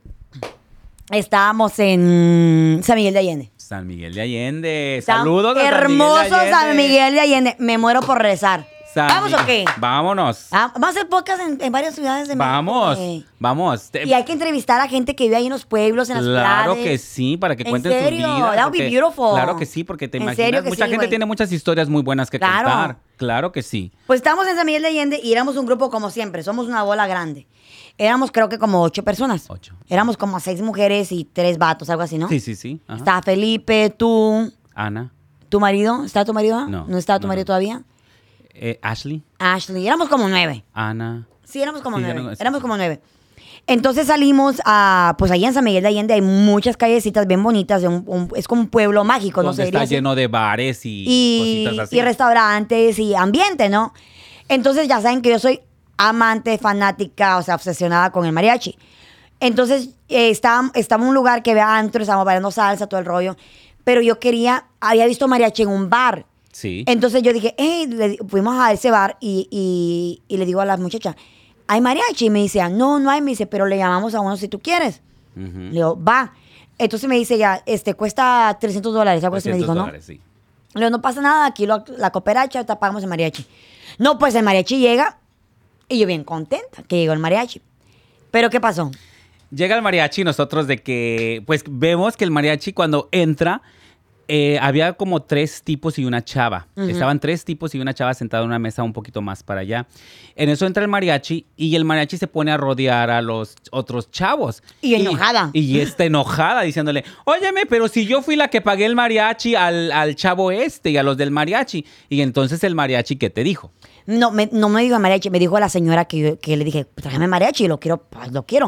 estábamos en San Miguel de Allende. San Miguel de Allende. Tan Saludos a San Miguel de hermoso Allende. San Miguel de Allende. Me muero por rezar. San ¿Vamos o Miguel- qué? Vámonos. Ah, vamos a hacer podcast en, en varias ciudades de México. Vamos. güey. Vamos. Te- Y hay que entrevistar a gente que vive ahí en los pueblos, en las Claro ciudades. que sí, para que ¿En cuenten sus serio? vidas. That would be porque- beautiful. Claro que sí, porque te En imaginas. serio que mucha sí, gente güey. tiene muchas historias muy buenas que Claro. contar. Claro que sí. Pues estábamos en San Miguel de Allende y éramos un grupo como siempre. Somos una bola grande. Éramos creo que como ocho personas. Ocho. Éramos como seis mujeres y tres vatos, algo así, ¿no? Sí, sí, sí. Ajá. Estaba Felipe, tú, Ana, tu marido. ¿Está tu marido? No, ¿No está tu no, marido no. todavía? eh, Ashley, Ashley. Éramos como nueve. Ana. Sí, éramos como Sí, nueve. éramos- Éramos como nueve. Entonces salimos a, pues allá en San Miguel de Allende hay muchas callecitas bien bonitas. de un- un- es como un pueblo mágico, ¿no? Donde Se diría está así. lleno de bares y, y, cositas así. y restaurantes y ambiente, ¿no? Entonces ya saben que yo soy amante, fanática, o sea, obsesionada con el mariachi. Entonces eh, estaba, estaba en un lugar que había antro, estábamos bailando salsa, todo el rollo. Pero yo quería, había visto mariachi en un bar. Sí. Entonces yo dije, hey, le- fuimos a ese bar y, y- y le digo a las muchachas, ¿hay mariachi? Y me dice, no, no hay. Me dice, pero le llamamos a uno si tú quieres. Ujú. Le digo, va. Entonces me dice ya, este, cuesta trescientos dólares, algo así me trescientos dijo, ¿no? dólares, sí. Le digo, no pasa nada, aquí lo- la cooperacha, ahorita pagamos el mariachi. No, pues el mariachi llega y yo bien contenta que llegó el mariachi. Pero ¿qué pasó? Llega el mariachi y nosotros de que, pues vemos que el mariachi cuando entra, eh, había como tres tipos y una chava. Ujú. Estaban tres tipos y una chava sentada en una mesa un poquito más para allá. En eso entra el mariachi y el mariachi se pone a rodear a los otros chavos. Y enojada. Y, está enojada diciéndole, óyeme, pero si yo fui la que pagué el mariachi al, al chavo este y a los del mariachi. Y entonces el mariachi, ¿qué te dijo? No me, no me dijo el mariachi, me dijo a la señora que, yo- que le dije, trájame mariachi, lo quiero, pues, lo quiero.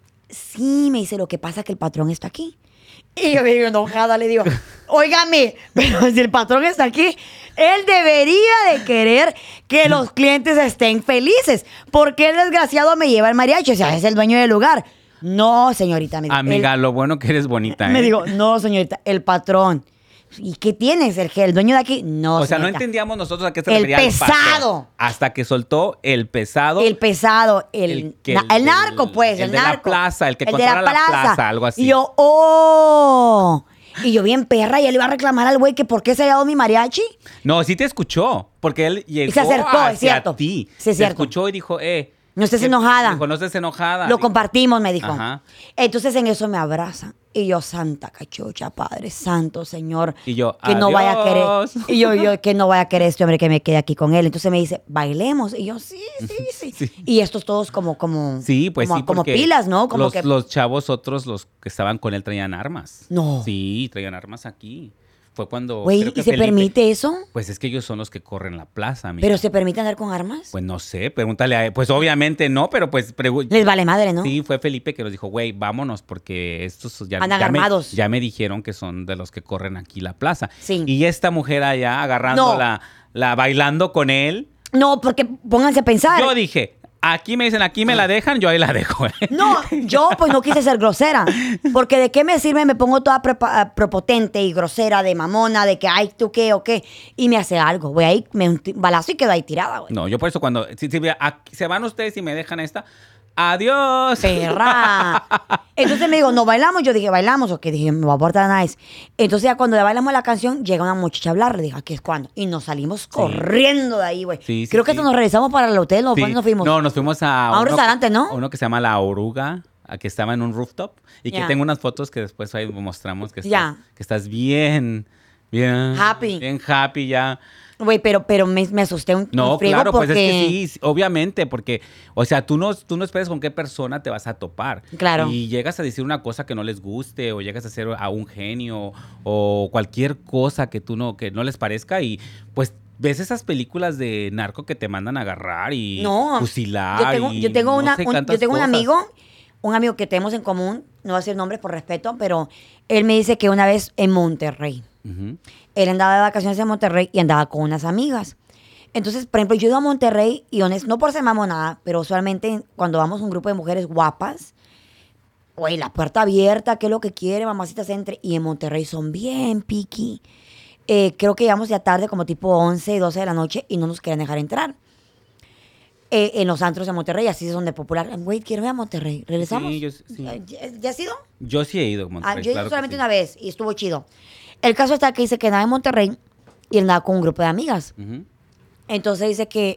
Sí, me dice, lo que pasa es que el patrón está aquí. Y yo me digo enojada, le digo, óigame, pero si el patrón está aquí, él debería de querer que los clientes estén felices. Porque el desgraciado me lleva el mariachi, o sea, es el dueño del lugar. No, señorita, me dijo. Amiga, lo bueno que eres bonita, Me ¿eh? digo, no, señorita, el patrón ¿Y qué tienes? El, el dueño de aquí, no. O sea, no señorita. entendíamos nosotros a qué se El refería el pastor. pesado. Hasta que soltó el pesado. El pesado, el, El que- na- el el narco, del- pues, el el, de la narco. plaza, el que de la controla la plaza, algo así. Y yo, ¡oh! Y yo bien perra, y él iba a reclamar al güey que por qué se había dado mi mariachi. No, sí te escuchó. Porque él llegó se acercó, es hacia cierto. ti. Sí, es te cierto. escuchó y dijo, eh. No estés ¿qué- enojada. Dijo, no estés enojada. Lo Dijo, compartimos, me dijo. Ajá. Entonces en eso me abraza. Y yo, santa cachucha, Padre Santo, Señor. Y yo, que no vaya a querer. adiós. Y yo, yo, que no vaya a querer este hombre que me quede aquí con él. Entonces me dice, bailemos. Y yo, sí, sí, sí. Sí. Y estos todos como, como, Sí, pues como, sí, como porque pilas, ¿no? Como los, que. los chavos otros, los que estaban con él, traían armas. No. Sí, traían armas aquí. Fue cuando... Güey, creo que ¿y se Felipe- permite eso? Pues es que ellos son los que corren la plaza, amiga. ¿Pero se permite andar con armas? Pues no sé, pregúntale a él. Pues obviamente no, pero pues... pregu- Les vale madre, ¿no? Sí, fue Felipe que nos dijo, güey, vámonos porque estos ya, Andan ya, me, armados. ya me dijeron que son de los que corren aquí la plaza. Sí. Y esta mujer allá agarrando No. la, la, bailando con él. No, porque pónganse a pensar. Yo dije, aquí me dicen, aquí me la dejan, yo ahí la dejo. ¿eh? No, yo pues no quise ser grosera. Porque de qué me sirve, me pongo toda prepa- prepotente y grosera, de mamona, de que, ay, tú qué o qué. Y me hace algo. Voy ahí, me un ti- balazo y quedo ahí tirada, güey. No, yo por eso cuando... Si, si aquí se van ustedes y me dejan esta, adiós. Perra. Entonces me digo, ¿no bailamos? Yo dije, ¿bailamos? O que dije, me voy a portar nice. Entonces ya cuando ya bailamos la canción, llega una muchacha a hablar. Le dije, ¿aquí es cuando? Y nos salimos corriendo de ahí, güey. Sí, sí, Creo que sí. hasta nos regresamos para el hotel o Sí. cuando nos fuimos. No, nos fuimos a... A un restaurante, ¿no? a uno que se llama La Oruga, a que estaba en un rooftop. Y que Ya. tengo unas fotos que después ahí mostramos que estás, Ya. que estás bien, bien... Happy. Bien happy ya. Güey, pero, pero me, me asusté un, No, un friego claro, porque... pues es que sí, sí, obviamente, porque, o sea, tú no, tú no esperas con qué persona te vas a topar. Claro. Y llegas a decir una cosa que no les guste, o llegas a hacer a un genio, o cualquier cosa que tú no, que no les parezca, y pues ves esas películas de narco que te mandan a agarrar y No, fusilar. yo tengo, y yo tengo, no una, sé un, cuántas yo tengo un cosas. amigo, un amigo que tenemos en común, no voy a decir nombres por respeto, pero él me dice que una vez en Monterrey, Ujú. él andaba de vacaciones en Monterrey y andaba con unas amigas. Entonces, por ejemplo, yo he ido a Monterrey y honest, no por ser mamonada, pero usualmente cuando vamos a un grupo de mujeres guapas, güey, la puerta abierta, qué es lo que quiere, mamacitas entre. Y en Monterrey son bien piqui. Eh, creo que llegamos ya tarde, como tipo once, doce de la noche, y no nos querían dejar entrar. Eh, en los antros de Monterrey, así son de popular. Güey, quiero ir a Monterrey. ¿Regresamos? Sí, yo sí. ¿Ya, ya has ido? Yo sí he ido a Ah, Monterrey, yo he ido claro que solamente sí. una vez y estuvo chido. El caso está que dice que andaba en Monterrey y andaba con un grupo de amigas. Ujú. Entonces dice que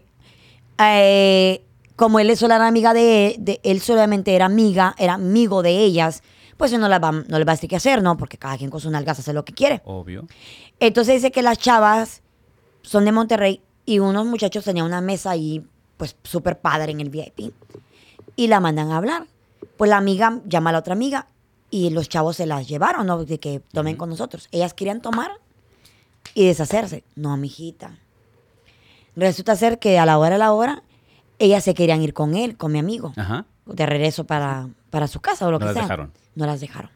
eh, como él solo era amiga de, de- él solamente era amiga, era amigo de ellas, pues no, la va, no le va a decir qué hacer, ¿no? Porque cada quien con sus nalgas hace lo que quiere. Obvio. Entonces dice que las chavas son de Monterrey y unos muchachos tenían una mesa ahí, pues súper padre en el V I P. Y la mandan a hablar. Pues la amiga llama a la otra amiga y los chavos se las llevaron, ¿no? De que tomen con nosotros. Ellas querían tomar y deshacerse. No, mijita. Resulta ser que a la hora de la hora, ellas se querían ir con él, con mi amigo, Ajá. de regreso para, para su casa o lo No que las sea. dejaron. No las dejaron.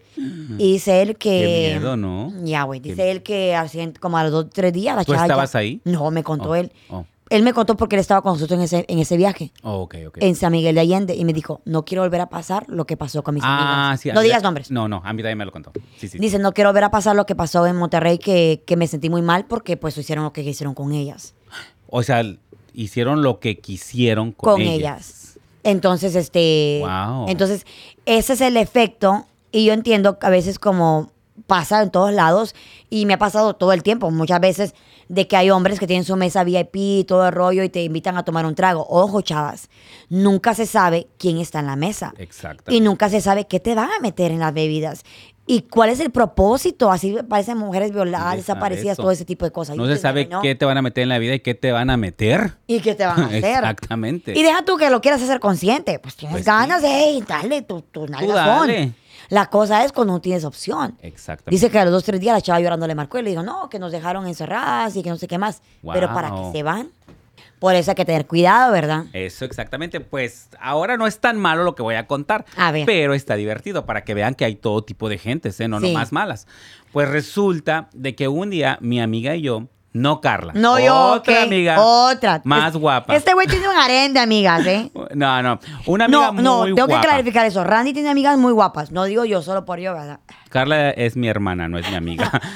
Y dice él que... Qué miedo, ¿no? Ya, güey. Qué- Dice él que al siguiente- como a los dos tres días la ¿Tú chava ya- estabas ahí? No, me contó Oh, él. oh. Él me contó porque él estaba con nosotros en ese, en ese viaje, Oh, ok, ok. en San Miguel de Allende, y me dijo, no quiero volver a pasar lo que pasó con mis Ah, amigas. sí. a No mí- digas nombres. No, no, a mí también me lo contó. Sí, sí. Dice, no quiero volver a pasar lo que pasó en Monterrey, que, que me sentí muy mal porque pues hicieron lo que hicieron con ellas. O sea, hicieron lo que quisieron con, Con, ella. ellas. Entonces, este... Wow. Entonces, ese es el efecto, y yo entiendo que a veces como pasa en todos lados, y me ha pasado todo el tiempo, muchas veces, de que hay hombres que tienen su mesa V I P y todo el rollo y te invitan a tomar un trago. Ojo, chavas, nunca se sabe quién está en la mesa. Exacto. Y nunca se sabe qué te van a meter en las bebidas. Y cuál es el propósito. Así parecen mujeres violadas, Se sabe desaparecidas, eso. todo ese tipo de cosas. No Y se dices, sabe "No". qué te van a meter en la vida y qué te van a meter. ¿Y qué te van a hacer? Exactamente. Y deja tú que lo quieras hacer consciente. Pues tienes Pues ganas, de dale, tu, tu nalgas dale. son. La cosa es cuando no tienes opción. Exactamente. Dice que a los dos, tres días la chava llorando le marcó y le dijo, no, que nos dejaron encerradas y que no sé qué más. Pero Wow. para que se van, por eso hay que tener cuidado, ¿verdad? Eso, exactamente. Pues ahora no es tan malo lo que voy a contar. A ver. Pero está divertido para que vean que hay todo tipo de gentes, ¿eh? No Sí. nomás malas. Pues resulta de que un día mi amiga y yo, no Carla, No, yo, otra ok, amiga Otra. más Es- guapa. Este güey tiene un harén de amigas, ¿eh? No, no. Una amiga No, muy no, tengo guapa. que clarificar eso. Randy tiene amigas muy guapas. No digo yo, solo por yo, ¿verdad? Carla es mi hermana, no es mi amiga.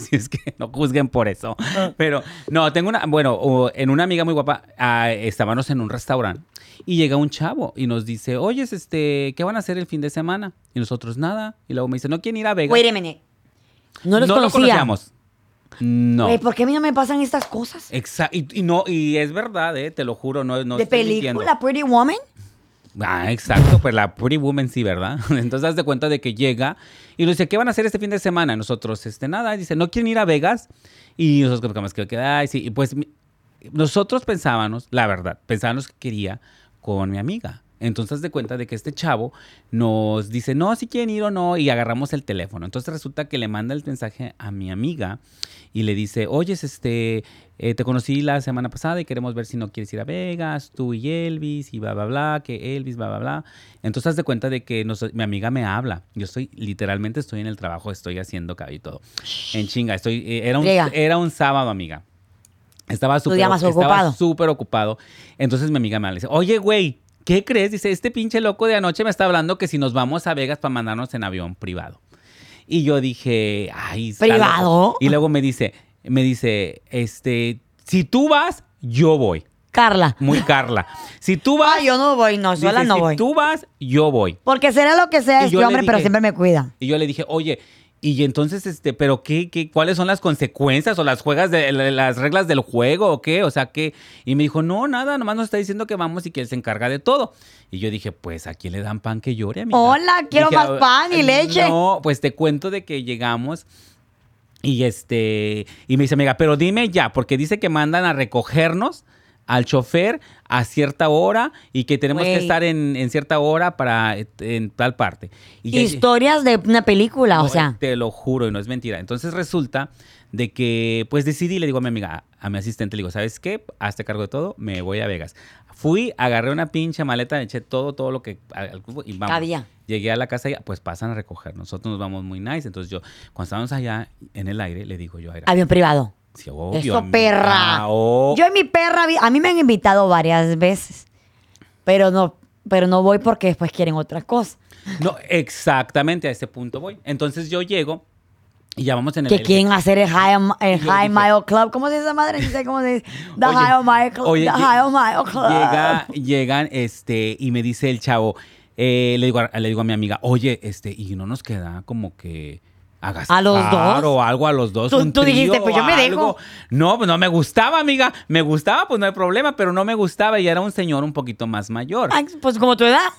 Así es que no juzguen por eso. Pero no, tengo una, bueno, o- en una amiga muy guapa, ah, estábamos en un restaurante y llega un chavo y nos dice, oye, este, ¿qué van a hacer el fin de semana? Y nosotros nada. Y luego me dice, ¿no quieren ir a Vegas? Wait a minute. No los no lo conocía. conocíamos. No. Güey, ¿por qué a mí no me pasan estas cosas? Exacto. Y, y no, y es verdad, eh, te lo juro, no, no ¿De estoy película mintiendo. Pretty Woman? Ah, exacto, pues la Pretty Woman sí, ¿verdad? Entonces haz de cuenta de que llega y nos dice, ¿qué van a hacer este fin de semana? Nosotros, este, nada, dice, ¿no quieren ir a Vegas? Y nosotros como que, ay, sí, y pues mi- nosotros pensábamos, la verdad, pensábamos que quería con mi amiga. Entonces haz de cuenta de que este chavo nos dice, no, si quieren ir o no, y agarramos el teléfono. Entonces resulta que le manda el mensaje a mi amiga y le dice, oye, este, eh, te conocí la semana pasada y queremos ver si no quieres ir a Vegas, tú y Elvis, y bla, bla, bla, que Elvis, bla, bla, bla. Entonces haz de cuenta de que nos- mi amiga me habla. Yo estoy, literalmente estoy en el trabajo, estoy haciendo cabello y todo. En chinga, estoy, eh, era un, Friega. era un sábado, amiga. Estaba súper día más estaba ocupado. súper ocupado. Entonces mi amiga me habla y dice, oye, güey, ¿qué crees? Dice, este pinche loco de anoche me está hablando que si nos vamos a Vegas para mandarnos en avión privado. Y yo dije, ay, está ¿Privado? loco. Y luego me dice, me dice, este, si tú vas, yo voy. Carla. Muy Carla. Si tú vas, Ah, yo no voy, no, dice, sola no si voy. tú vas, yo voy. Porque será lo que sea Y este yo le hombre, pero dije- siempre me cuida. Y yo le dije, oye, y entonces, este, pero qué, qué, ¿cuáles son las consecuencias o las juegas de la- las reglas del juego o qué? O sea, ¿qué? Y me dijo, no, nada, nomás nos está diciendo que vamos y que él se encarga de todo. Y yo dije, pues, ¿a quién le dan pan que llore, amiga? Hola, quiero Dije, más pan y leche. No, pues te cuento de que llegamos y este, y me dice, amiga, pero dime ya, porque dice que mandan a recogernos al chofer a cierta hora y que tenemos Güey. que estar en, en cierta hora para en tal parte. Y ya- Historias de una película, no, o sea. te lo juro y no es mentira. Entonces resulta de que, pues decidí, le digo a mi amiga, a mi asistente, le digo, ¿sabes qué? Hazte cargo de todo, me voy a Vegas. Fui, agarré una pinche maleta, eché todo, todo lo que al- al cubo y vamos. Cabía. Llegué a la casa y pues pasan a recoger. Nosotros nos vamos muy nice. Entonces yo, cuando estábamos allá en el aire, le digo yo a Aira, Avión privado. sí, obvio, Eso, amiga, perra. oh. Yo en mi perra, vi- a mí me han invitado varias veces, pero no, pero no voy porque después quieren otra cosa. No, exactamente a ese punto voy. Entonces yo llego y ya vamos en el... Que el- quieren hacer el High, el Yo High dije- Mile Club. ¿Cómo se dice esa madre? No sé cómo se dice. The Oye, High Mile Club. oye, The lle- High Mile Club. Llega, llegan, este, y me dice el chavo, eh, le, digo, a- le digo a mi amiga, oye, este, y no nos queda como que a gastar ¿A los dos? o algo a los dos. Tú- un tú dijiste, trío pues o yo me dejo. algo. No, pues no me gustaba, amiga. Me gustaba, pues no hay problema, pero no me gustaba y era un señor un poquito más mayor. Ay, pues como tu edad.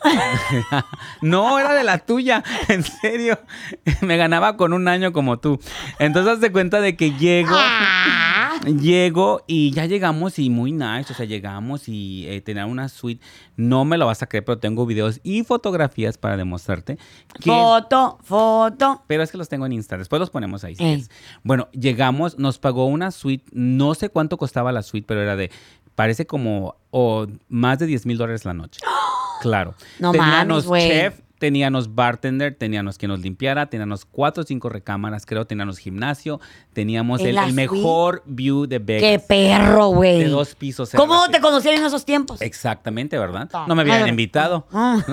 No, era de la tuya, en serio. Me ganaba con un año como tú. Entonces, haz de cuenta de que llego, Ah. llego y ya llegamos y muy nice. O sea, llegamos y eh, tenía una suite. No me lo vas a creer, pero tengo videos y fotografías para demostrarte que... Foto, foto. Pero es que los tengo en Insta. Después los ponemos ahí. si Ey. quieres. Bueno, llegamos, nos pagó una suite. No sé cuánto costaba la suite, pero era de... Parece como o más de diez mil dólares la noche. Claro. No teníamos mames, güey. chef, teníamos bartender, teníamos quien nos limpiara, teníamos cuatro o cinco recámaras, creo, teníamos gimnasio, teníamos ¿En el, la el suite? mejor view de Qué Vegas. perro, güey. De dos pisos. era ¿Cómo la te suite. conocían en esos tiempos? Exactamente, ¿verdad? Ah. No me habían Ah. invitado. Ah.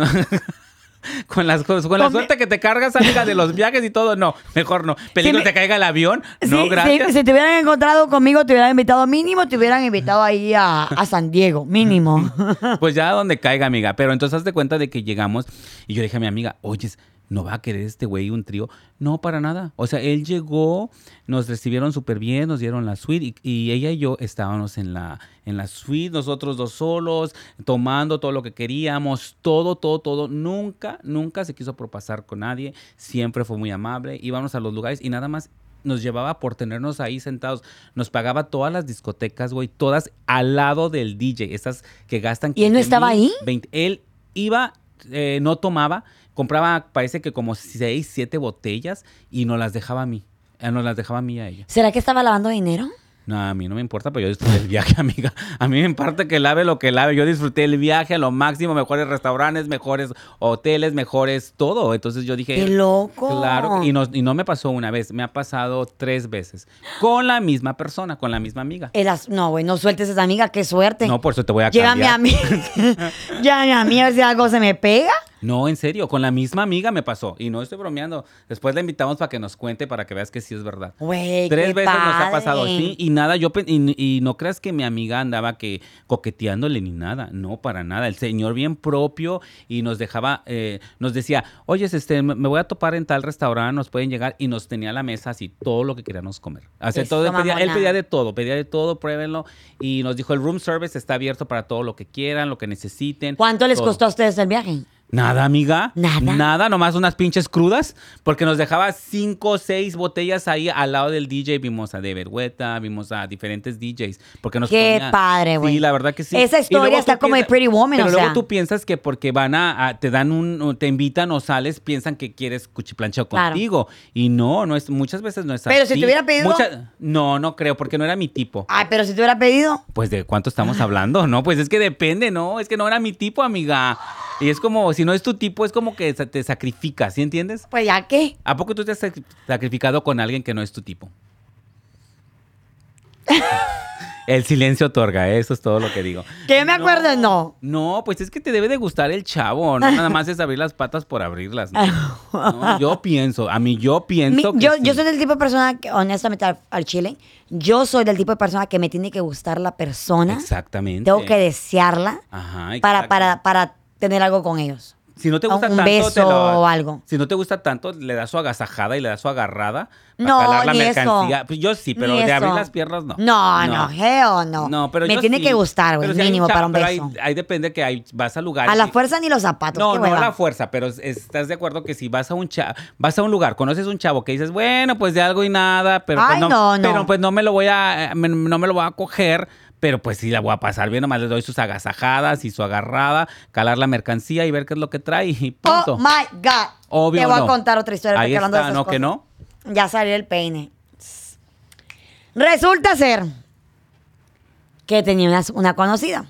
Con, las, con con la Con- suerte que te cargas, amiga, de los viajes y todo, no, mejor no. Peligro me- te caiga el avión, no, Sí, gracias. sí, si te hubieran encontrado conmigo, te hubieran invitado mínimo, te hubieran invitado ahí a, a San Diego, mínimo. Pues ya donde caiga, amiga. Pero entonces haz de cuenta de que llegamos y yo le dije a mi amiga, oye, ¿no va a querer este güey un trío? No, para nada. O sea, él llegó, nos recibieron súper bien, nos dieron la suite y, y ella y yo estábamos en la, en la suite, nosotros dos solos, tomando todo lo que queríamos, todo, todo, todo. Nunca, nunca se quiso propasar con nadie. Siempre fue muy amable. Íbamos a los lugares y nada más nos llevaba por tenernos ahí sentados. Nos pagaba todas las discotecas, güey, todas al lado del D J. Estas que gastan... ¿Y él no quince estaba mil, ahí? veinte. Él iba, eh, no tomaba, compraba, parece que como seis, siete botellas y nos las dejaba a mí. Eh, Nos las dejaba a mí y a ella. ¿Será que estaba lavando dinero? No, a mí no me importa, pero yo disfruté el viaje, amiga. A mí me importa que lave lo que lave. Yo disfruté el viaje a lo máximo, mejores restaurantes, mejores hoteles, mejores todo. Entonces yo dije... ¡Qué loco! Claro, y no, y no me pasó una vez, me ha pasado tres veces. Con la misma persona, con la misma amiga. El as- no, güey, no sueltes a esa amiga, qué suerte. No, por eso te voy a Llévame cambiar. a mí. Llévame a mí a ver si algo se me pega. No, en serio, con la misma amiga me pasó. Y no estoy bromeando. Después la invitamos para que nos cuente, para que veas que sí es verdad. Güey, Tres qué veces nos ha padre. pasado así y nada, yo pe- y, y no creas que mi amiga andaba que coqueteándole ni nada, no, para nada. El señor bien propio y nos dejaba, eh, nos decía, oye, este, me me voy a topar en tal restaurante, nos pueden llegar y nos tenía a la mesa así todo lo que queríamos comer. O sea, Eso, todo, él pedía, él mamona. pedía de todo, pedía de todo, pruébenlo y nos dijo, el room service está abierto para todo lo que quieran, lo que necesiten. ¿Cuánto les todo. costó a ustedes el viaje? Nada, amiga. Nada. Nada, nomás unas pinches crudas, porque nos dejaba cinco o seis botellas ahí al lado del D J. Vimos a David Guetta, vimos a diferentes D Js. Porque nos Qué ponía- padre, güey. Sí, la verdad que sí. Esa Y historia luego está tú como de piensas- Pretty Woman, Pero o luego sea. tú piensas que porque van a, a- te dan un, te invitan o sales, piensan que quieres cuchiplancheo Claro. contigo. Y no, no es, muchas veces no es así. Pero si te hubiera pedido- Mucha- no, no creo, porque no era mi tipo. Ay, pero si te hubiera pedido. Pues de cuánto estamos hablando, ¿no? Pues es que depende, ¿no? Es que no era mi tipo, amiga. Y es como, si no es tu tipo, es como que sa- te sacrificas, ¿sí entiendes? Pues ya qué. ¿A poco tú te has sac- sacrificado con alguien que no es tu tipo? El silencio otorga, eso es todo lo que digo. Que yo me acuerdo, no. No, pues es que te debe de gustar el chavo, no nada más es abrir las patas por abrirlas. No, No, yo pienso, a mí yo Mi- pienso que yo, sí. yo soy del tipo de persona que, honestamente, al, al chile, yo soy del tipo de persona que me tiene que gustar la persona. Exactamente. Tengo que desearla Ajá, para, exacto. para, para tener algo con ellos. Si no te gusta un tanto, beso te lo- o algo. Si no te gusta tanto, le das su agasajada y le das su agarrada para No, calar la ni mercancía. eso. Pues yo sí, pero Ni de abrir eso. las piernas no. No, no, hell no. No, pero me yo tiene sí. que gustar, güey, Pero si hay mínimo cha- para un pero beso. Ahí, ahí depende que hay, vas a lugares. A la y- fuerza ni los zapatos. No, qué no hueva. a la fuerza, pero es- estás de acuerdo que si vas a un cha- vas a un lugar, conoces un chavo que dices, bueno, pues de algo y nada, pero pues Ay, no, no, no. pero pues no me lo voy a, eh, me- no me lo voy a coger. Pero pues sí la voy a pasar bien, nomás le doy sus agasajadas y su agarrada, calar la mercancía y ver qué es lo que trae y punto. Oh my God. Obvio Te voy no. a contar otra historia. Ahí porque hablando de está, esas ¿no? cosas. Que no. Ya salió el peine. Resulta ser que tenía una, una conocida.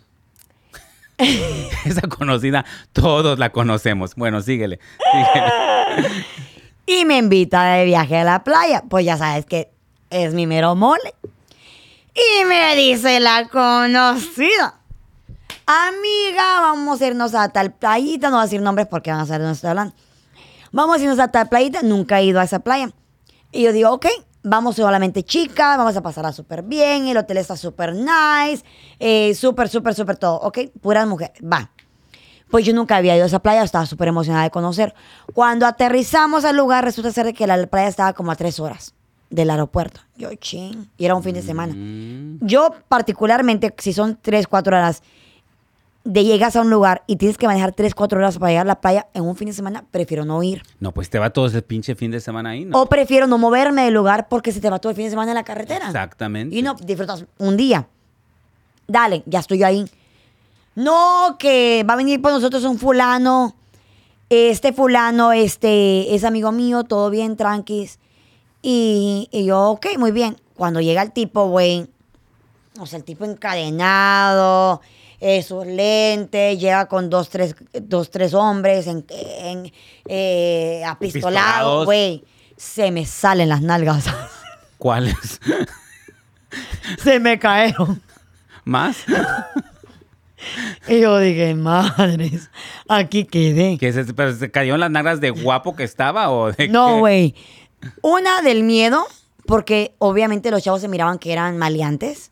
Esa conocida, todos la conocemos. Bueno, síguele. síguele. Y me invita de viaje a la playa. Pues ya sabes que es mi mero mole. Y me dice la conocida: amiga, vamos a irnos a tal playita. No voy a decir nombres porque van a saber de dónde estoy hablando. Vamos a irnos a tal playita. Nunca he ido a esa playa. Y yo digo, ok, vamos solamente chicas, vamos a pasarla súper bien. El hotel está súper nice. Eh, súper, súper, súper todo. Ok, puras mujeres. Va. Pues yo nunca había ido a esa playa, estaba súper emocionada de conocer. Cuando aterrizamos al lugar, resulta ser que la playa estaba como a tres horas del aeropuerto. Yo, ching. Y era un fin de semana. Mm, Yo, particularmente, si son tres, cuatro horas de llegas a un lugar y tienes que manejar tres, cuatro horas para llegar a la playa en un fin de semana, prefiero no ir. no, pues te va todo ese pinche fin de semana ahí, ¿no? O prefiero no moverme del lugar porque se te va todo el fin de semana en la carretera. Exactamente. Y no disfrutas un día. Dale, ya estoy ahí. No, que va a venir por nosotros un fulano. Este fulano, este, es amigo mío, todo bien, tranquis. Y, y yo, ok, muy bien. Cuando llega el tipo, güey, o sea, el tipo encadenado, eh, sus lentes, llega con dos, tres, dos, tres hombres en, en, eh, apistolados, Apistolados. güey. Se me salen las nalgas. ¿Cuáles? Se me cayeron. ¿Más? Y yo dije, madres, aquí quedé. ¿Que se, pero se cayó en las nalgas de guapo que estaba o de No, qué? güey. Una del miedo, porque obviamente los chavos se miraban que eran maleantes.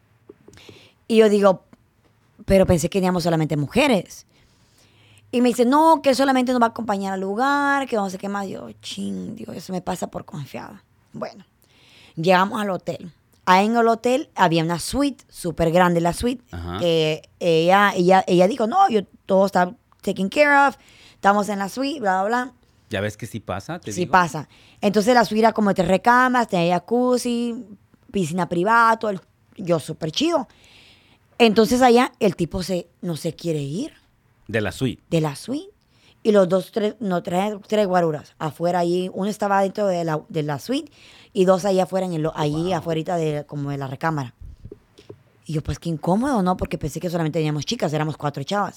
Y yo digo, pero pensé que teníamos solamente mujeres. Y me dice, no, que solamente nos va a acompañar al lugar, que no sé qué más. Yo, ching, digo, eso me pasa por confiada. Bueno, llegamos al hotel. Ahí en el hotel había una suite, súper grande la suite, Ajá. que ella, ella, ella dijo, no, yo todo está taken care of, estamos en la suite, bla, bla, bla. ¿Ya ves que sí pasa? Te Sí digo. pasa. Entonces la suite era como tres recámaras, tenía jacuzzi, piscina privada, todo el- yo súper chido. Entonces allá el tipo se, no se quiere ir De la suite. de la suite. Y los dos, tres, no, tres, tres guaruras afuera allí. Uno estaba dentro de la, de la suite y dos allá afuera, en el, allí afuera de, como de la recámara. Y yo, pues qué incómodo, ¿no? Porque pensé que solamente teníamos chicas, éramos cuatro chavas.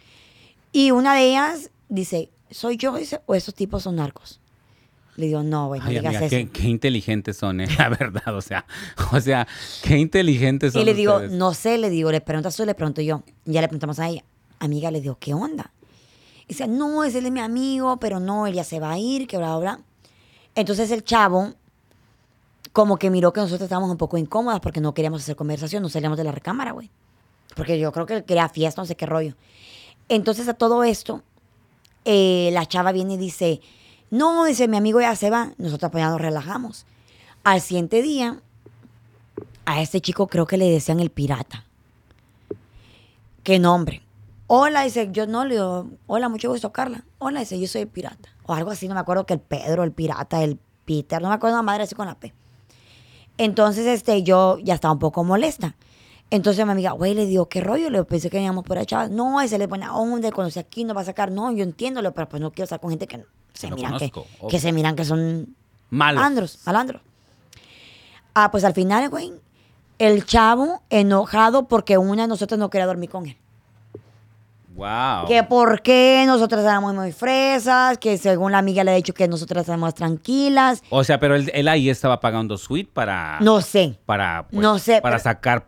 Y una de ellas dice, ¿soy yo? Dice, o esos tipos son narcos. Le digo, no, güey, no Ay, digas amiga, eso. qué, qué inteligentes son, ¿eh? La verdad, o sea, o sea, qué inteligentes son Y le digo, ustedes. no sé, le digo, le preguntas tú, le pregunto yo. Ya le preguntamos a ella. Amiga, le digo, ¿qué onda? dice, no, ese él es mi amigo, pero no, él ya se va a ir, que bla, bla, bla. Entonces el chavo como que miró que nosotros estábamos un poco incómodas porque no queríamos hacer conversación, no salíamos de la recámara, güey. Porque yo creo que él quería fiesta, no sé qué rollo. Entonces a todo esto, eh, la chava viene y dice, no, dice, mi amigo ya se va. Nosotros pues ya nos relajamos. Al siguiente día, a este chico creo que le decían el pirata. ¿Qué nombre? Hola, dice, yo no le digo, hola, mucho gusto, Carla. Hola, dice, yo soy el pirata. O algo así, no me acuerdo que el Pedro, el pirata, el Peter, no me acuerdo una madre así con la P. Entonces, este, yo ya estaba un poco molesta. Entonces mi amiga, güey, le digo, ¿qué rollo? Le pensé que veníamos por ahí, chaval. No, ese le pone a onda, conoce aquí, no va a sacar. No, yo entiendo, pero pues no quiero estar con gente que se No miran que, conozco, que se miran que son Malos. malandros, malandros. Ah, pues al final, güey, el chavo enojado porque una de nosotros no quería dormir con él. Wow. Que por qué nosotras éramos muy fresas, que según la amiga le ha dicho que nosotras éramos tranquilas. O sea, pero él, él ahí estaba pagando suite para... No sé. Para, pues, No sé, Para pero- sacar...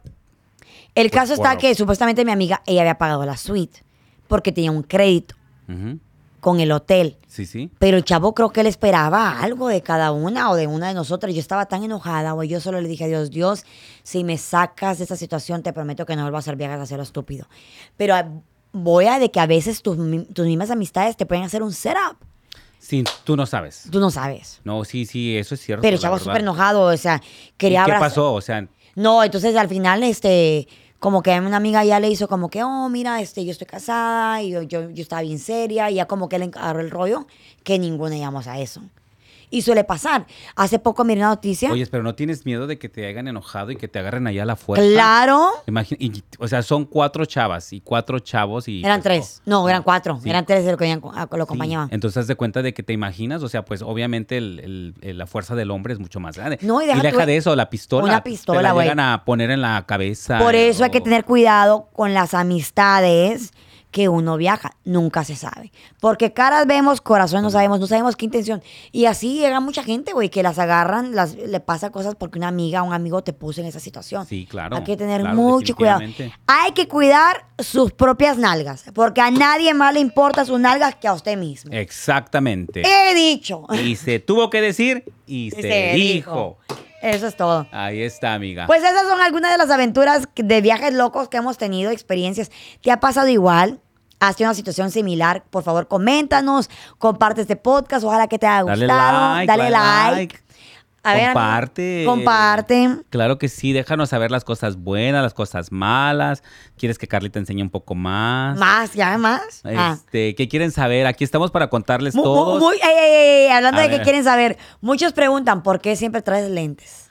El Pues, caso está por- que supuestamente mi amiga, ella había pagado la suite porque tenía un crédito Ujú. con el hotel. Sí, sí. Pero el chavo creo que él esperaba algo de cada una o de una de nosotras. Yo estaba tan enojada, güey. Yo solo le dije a Dios, Dios, si me sacas de esta situación, te prometo que no vuelvo a hacer viajes a hacer lo estúpido. Pero ah, voy a de que a veces tus, mi- tus mismas amistades te pueden hacer un setup. Sí, tú no sabes. Tú no sabes. No, sí, sí, eso es cierto. Pero el la chavo verdad. súper enojado, o sea, ¿Y quería qué abrazar- pasó? O sea, No, entonces al final, este, como que una amiga ya le hizo como que, oh, mira, este, yo estoy casada y yo, yo, yo estaba bien seria y ya como que le agarró el rollo que ninguna llegamos a eso. Y suele pasar. Hace poco miré una noticia. oye, pero ¿no tienes miedo de que te hayan enojado y que te agarren allá a la fuerza? Claro. Imagina, y- o sea, son cuatro chavas y cuatro chavos y... Eran pues, tres. No, eran cuatro. Sí. Eran tres de lo que venían- a- lo Sí, acompañaban. entonces haz de cuenta de que te imaginas, o sea, pues obviamente el- el- el- la fuerza del hombre es mucho más grande. No, y deja tú- de eso, la pistola. Una te pistola, la güey. llegan a poner en la cabeza. Por eso hay que o- tener cuidado con las amistades que uno viaja. Nunca se sabe. Porque caras vemos, corazón no sabemos, no sabemos qué intención. Y así llega mucha gente, güey, que las agarran, las, le pasa cosas porque una amiga o un amigo te puso en esa situación. Sí, claro. Hay que tener claro, mucho cuidado. definitivamente. Hay que cuidar sus propias nalgas. Porque a nadie más le importa sus nalgas que a usted mismo. Exactamente. He dicho. Y se tuvo que decir y, Y se, se dijo. Eso es todo. Ahí está, amiga. Pues esas son algunas de las aventuras de viajes locos que hemos tenido, experiencias. ¿Te ha pasado igual? ¿Has tenido una situación similar? Por favor, coméntanos, comparte este podcast, ojalá que te haya Dale gustado. like, Dale dale like. like. A ver, amigo, Comparte. comparte. Claro que sí, déjanos saber las cosas buenas, las cosas malas. ¿Quieres que Carly te enseñe un poco más? Más, ya más. Ah. Este, ¿qué quieren saber? Aquí estamos para contarles Mu- mu- todos. muy- ey, ey, ey, ey, hablando A de que ver. quieren saber, muchos preguntan por qué siempre traes lentes.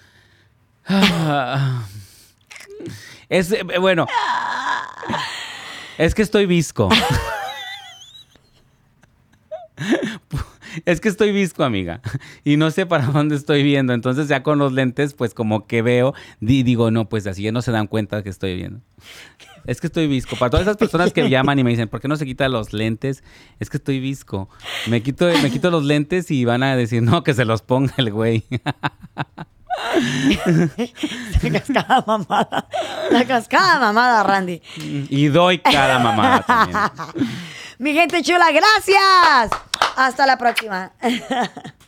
Ah, es eh, bueno. Es que estoy visco. Es que estoy visco, amiga. Y no sé para dónde estoy viendo. Entonces ya con los lentes, pues como que veo, di- digo, no, pues así ya no se dan cuenta que estoy viendo. Es que estoy visco. Para todas esas personas que me llaman y me dicen, ¿por qué no se quita los lentes? Es que estoy visco. Me quito, me quito los lentes y van a decir, no, que se los ponga el güey. La cascada mamada. La cascada mamada, Randy. Y doy cada mamada también. Mi gente chula, gracias. Hasta la próxima.